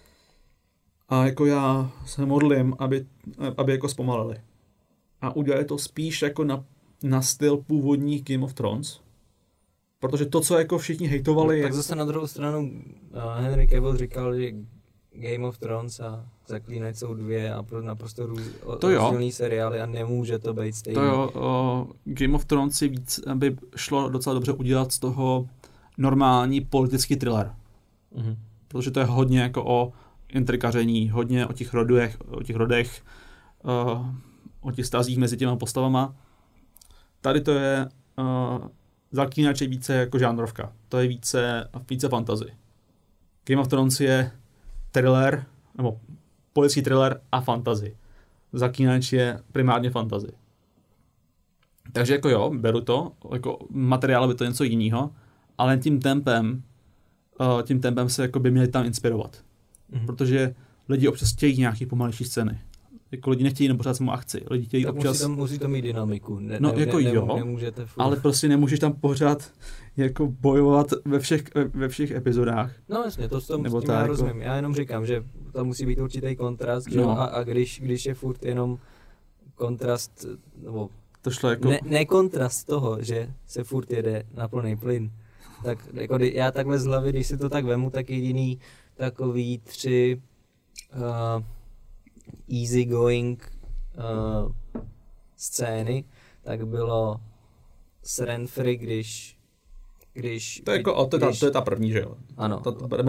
A jako já se modlím, aby jako zpomalili. A udělali to spíš jako na styl původních Game of Thrones. Protože to, co jako všichni hejtovali... Tak zase na druhou stranu Henry Cavill říkal, že Game of Thrones a Zaklínač jsou dvě a naprosto rozdílný seriály a nemůže to být stejný. To jo, Game of Thrones si víc, aby šlo docela dobře udělat z toho normální politický thriller. Mhm. Protože to je hodně jako o intrikaření, hodně o těch rodech, o těch stazích mezi těma postavama. Tady to je Zaklínač je více jako žánrovka. To je více fantasy. Game of Thrones je thriller, nebo politický thriller a fantasy. Zaklínač je primárně fantasy. Takže jako jo, beru to, jako materiál by to něco jiného, ale tím tempem se jako by měli tam inspirovat. Mm-hmm. Protože lidi občas chtějí nějaký pomalejší scény. Jako lidi nechtějí jenom pořád samou akci. Lidi chtějí tak občas... musí to mít dynamiku. Nemůžete furt. Ale prostě nemůžeš tam pořád jako bojovat ve všech epizodách. No jasně, to s tím já rozumím. Já jenom říkám, že tam musí být určitý kontrast, že? A když je furt jenom kontrast, nebo to šlo jako... nekontrast toho, že se furt jede na plný plyn. Tak jako já takhle z hlavy, když si to tak vemu, tak jediný takový 3 easy going scény, tak bylo s Renfrey, když to je jako, to je ta první, že jo? Ano.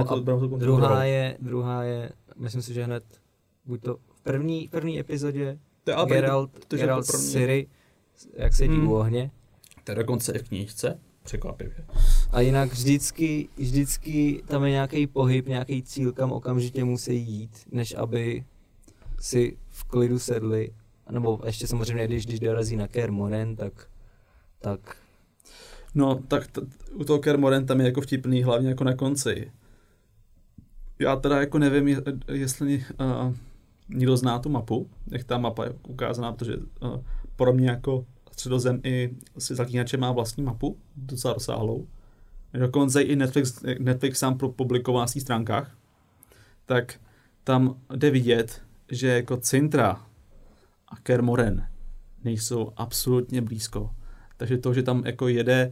Druhá je, myslím si, že hned buď to v první epizodě Geralt s Ciri, jak sedí u ohně. To je dokonce i v knížce, překvapivě. A jinak vždycky tam je nějaký pohyb, nějaký cíl, kam okamžitě musí jít, než aby si v klidu sedli, nebo ještě samozřejmě, když dorazí na Kaer Morhen, tak... No, tak u toho Kaer Morhen tam je jako vtipný, hlavně jako na konci. Já teda jako nevím, jestli někdo zná tu mapu, jak ta mapa je ukázaná, protože podobně jako Středozem i si Zaklínače má vlastní mapu, docela rozsáhlou. Dokonce i Netflix sám publikoval na svých stránkách, tak tam jde vidět, že jako Cintra a Kaer Morhen nejsou absolutně blízko. Takže to, že tam jako jede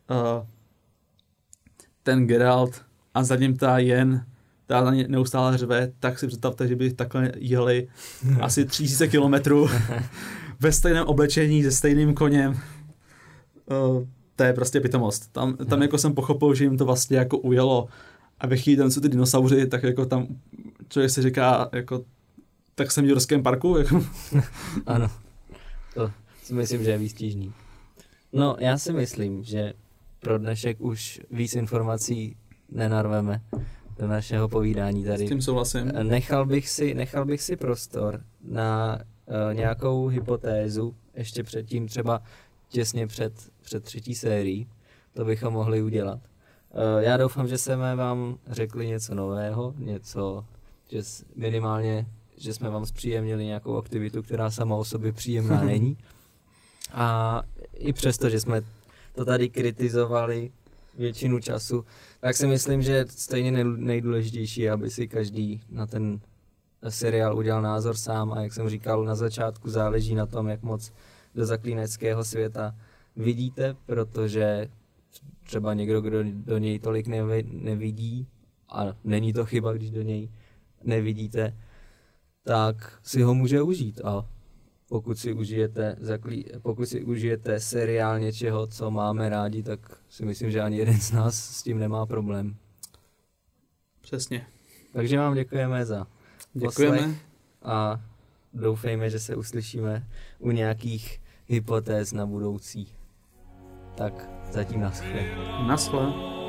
ten Geralt a za ním ta na ně neustále řve, tak si představte, že by takhle jeli asi 3000 kilometrů ve stejném oblečení, se stejným koněm. To je prostě pitomost. Tam jako jsem pochopil, že jim to vlastně jako ujelo. A ve chvíli tam jsou ty dinosauři, tak jako tam člověk si říká, jako, tak jsem v Jurském parku. Jako. Ano, to si myslím, že je výstižný. No, já si myslím, že pro dnešek už víc informací nenarveme do našeho povídání tady. S tím souhlasím. Nechal bych si prostor na nějakou hypotézu, ještě předtím třeba těsně před 3. sérií. To bychom mohli udělat. Já doufám, že jsme vám řekli něco nového, že minimálně, že jsme vám zpříjemnili nějakou aktivitu, která sama o sobě příjemná není. A i přesto, že jsme to tady kritizovali většinu času, tak si myslím, že stejně nejdůležitější je, aby si každý na ten seriál udělal názor sám a jak jsem říkal na začátku, záleží na tom, jak moc do zaklíneckého světa vidíte, protože třeba někdo, kdo do něj tolik nevidí, a není to chyba, když do něj nevidíte, tak si ho může užít a pokud si užijete seriál něčeho, co máme rádi, tak si myslím, že ani jeden z nás s tím nemá problém. Přesně. Takže vám děkujeme za poslech a doufejme, že se uslyšíme u nějakých hypotéz na budoucí. Tak zatím naschle. Naschle.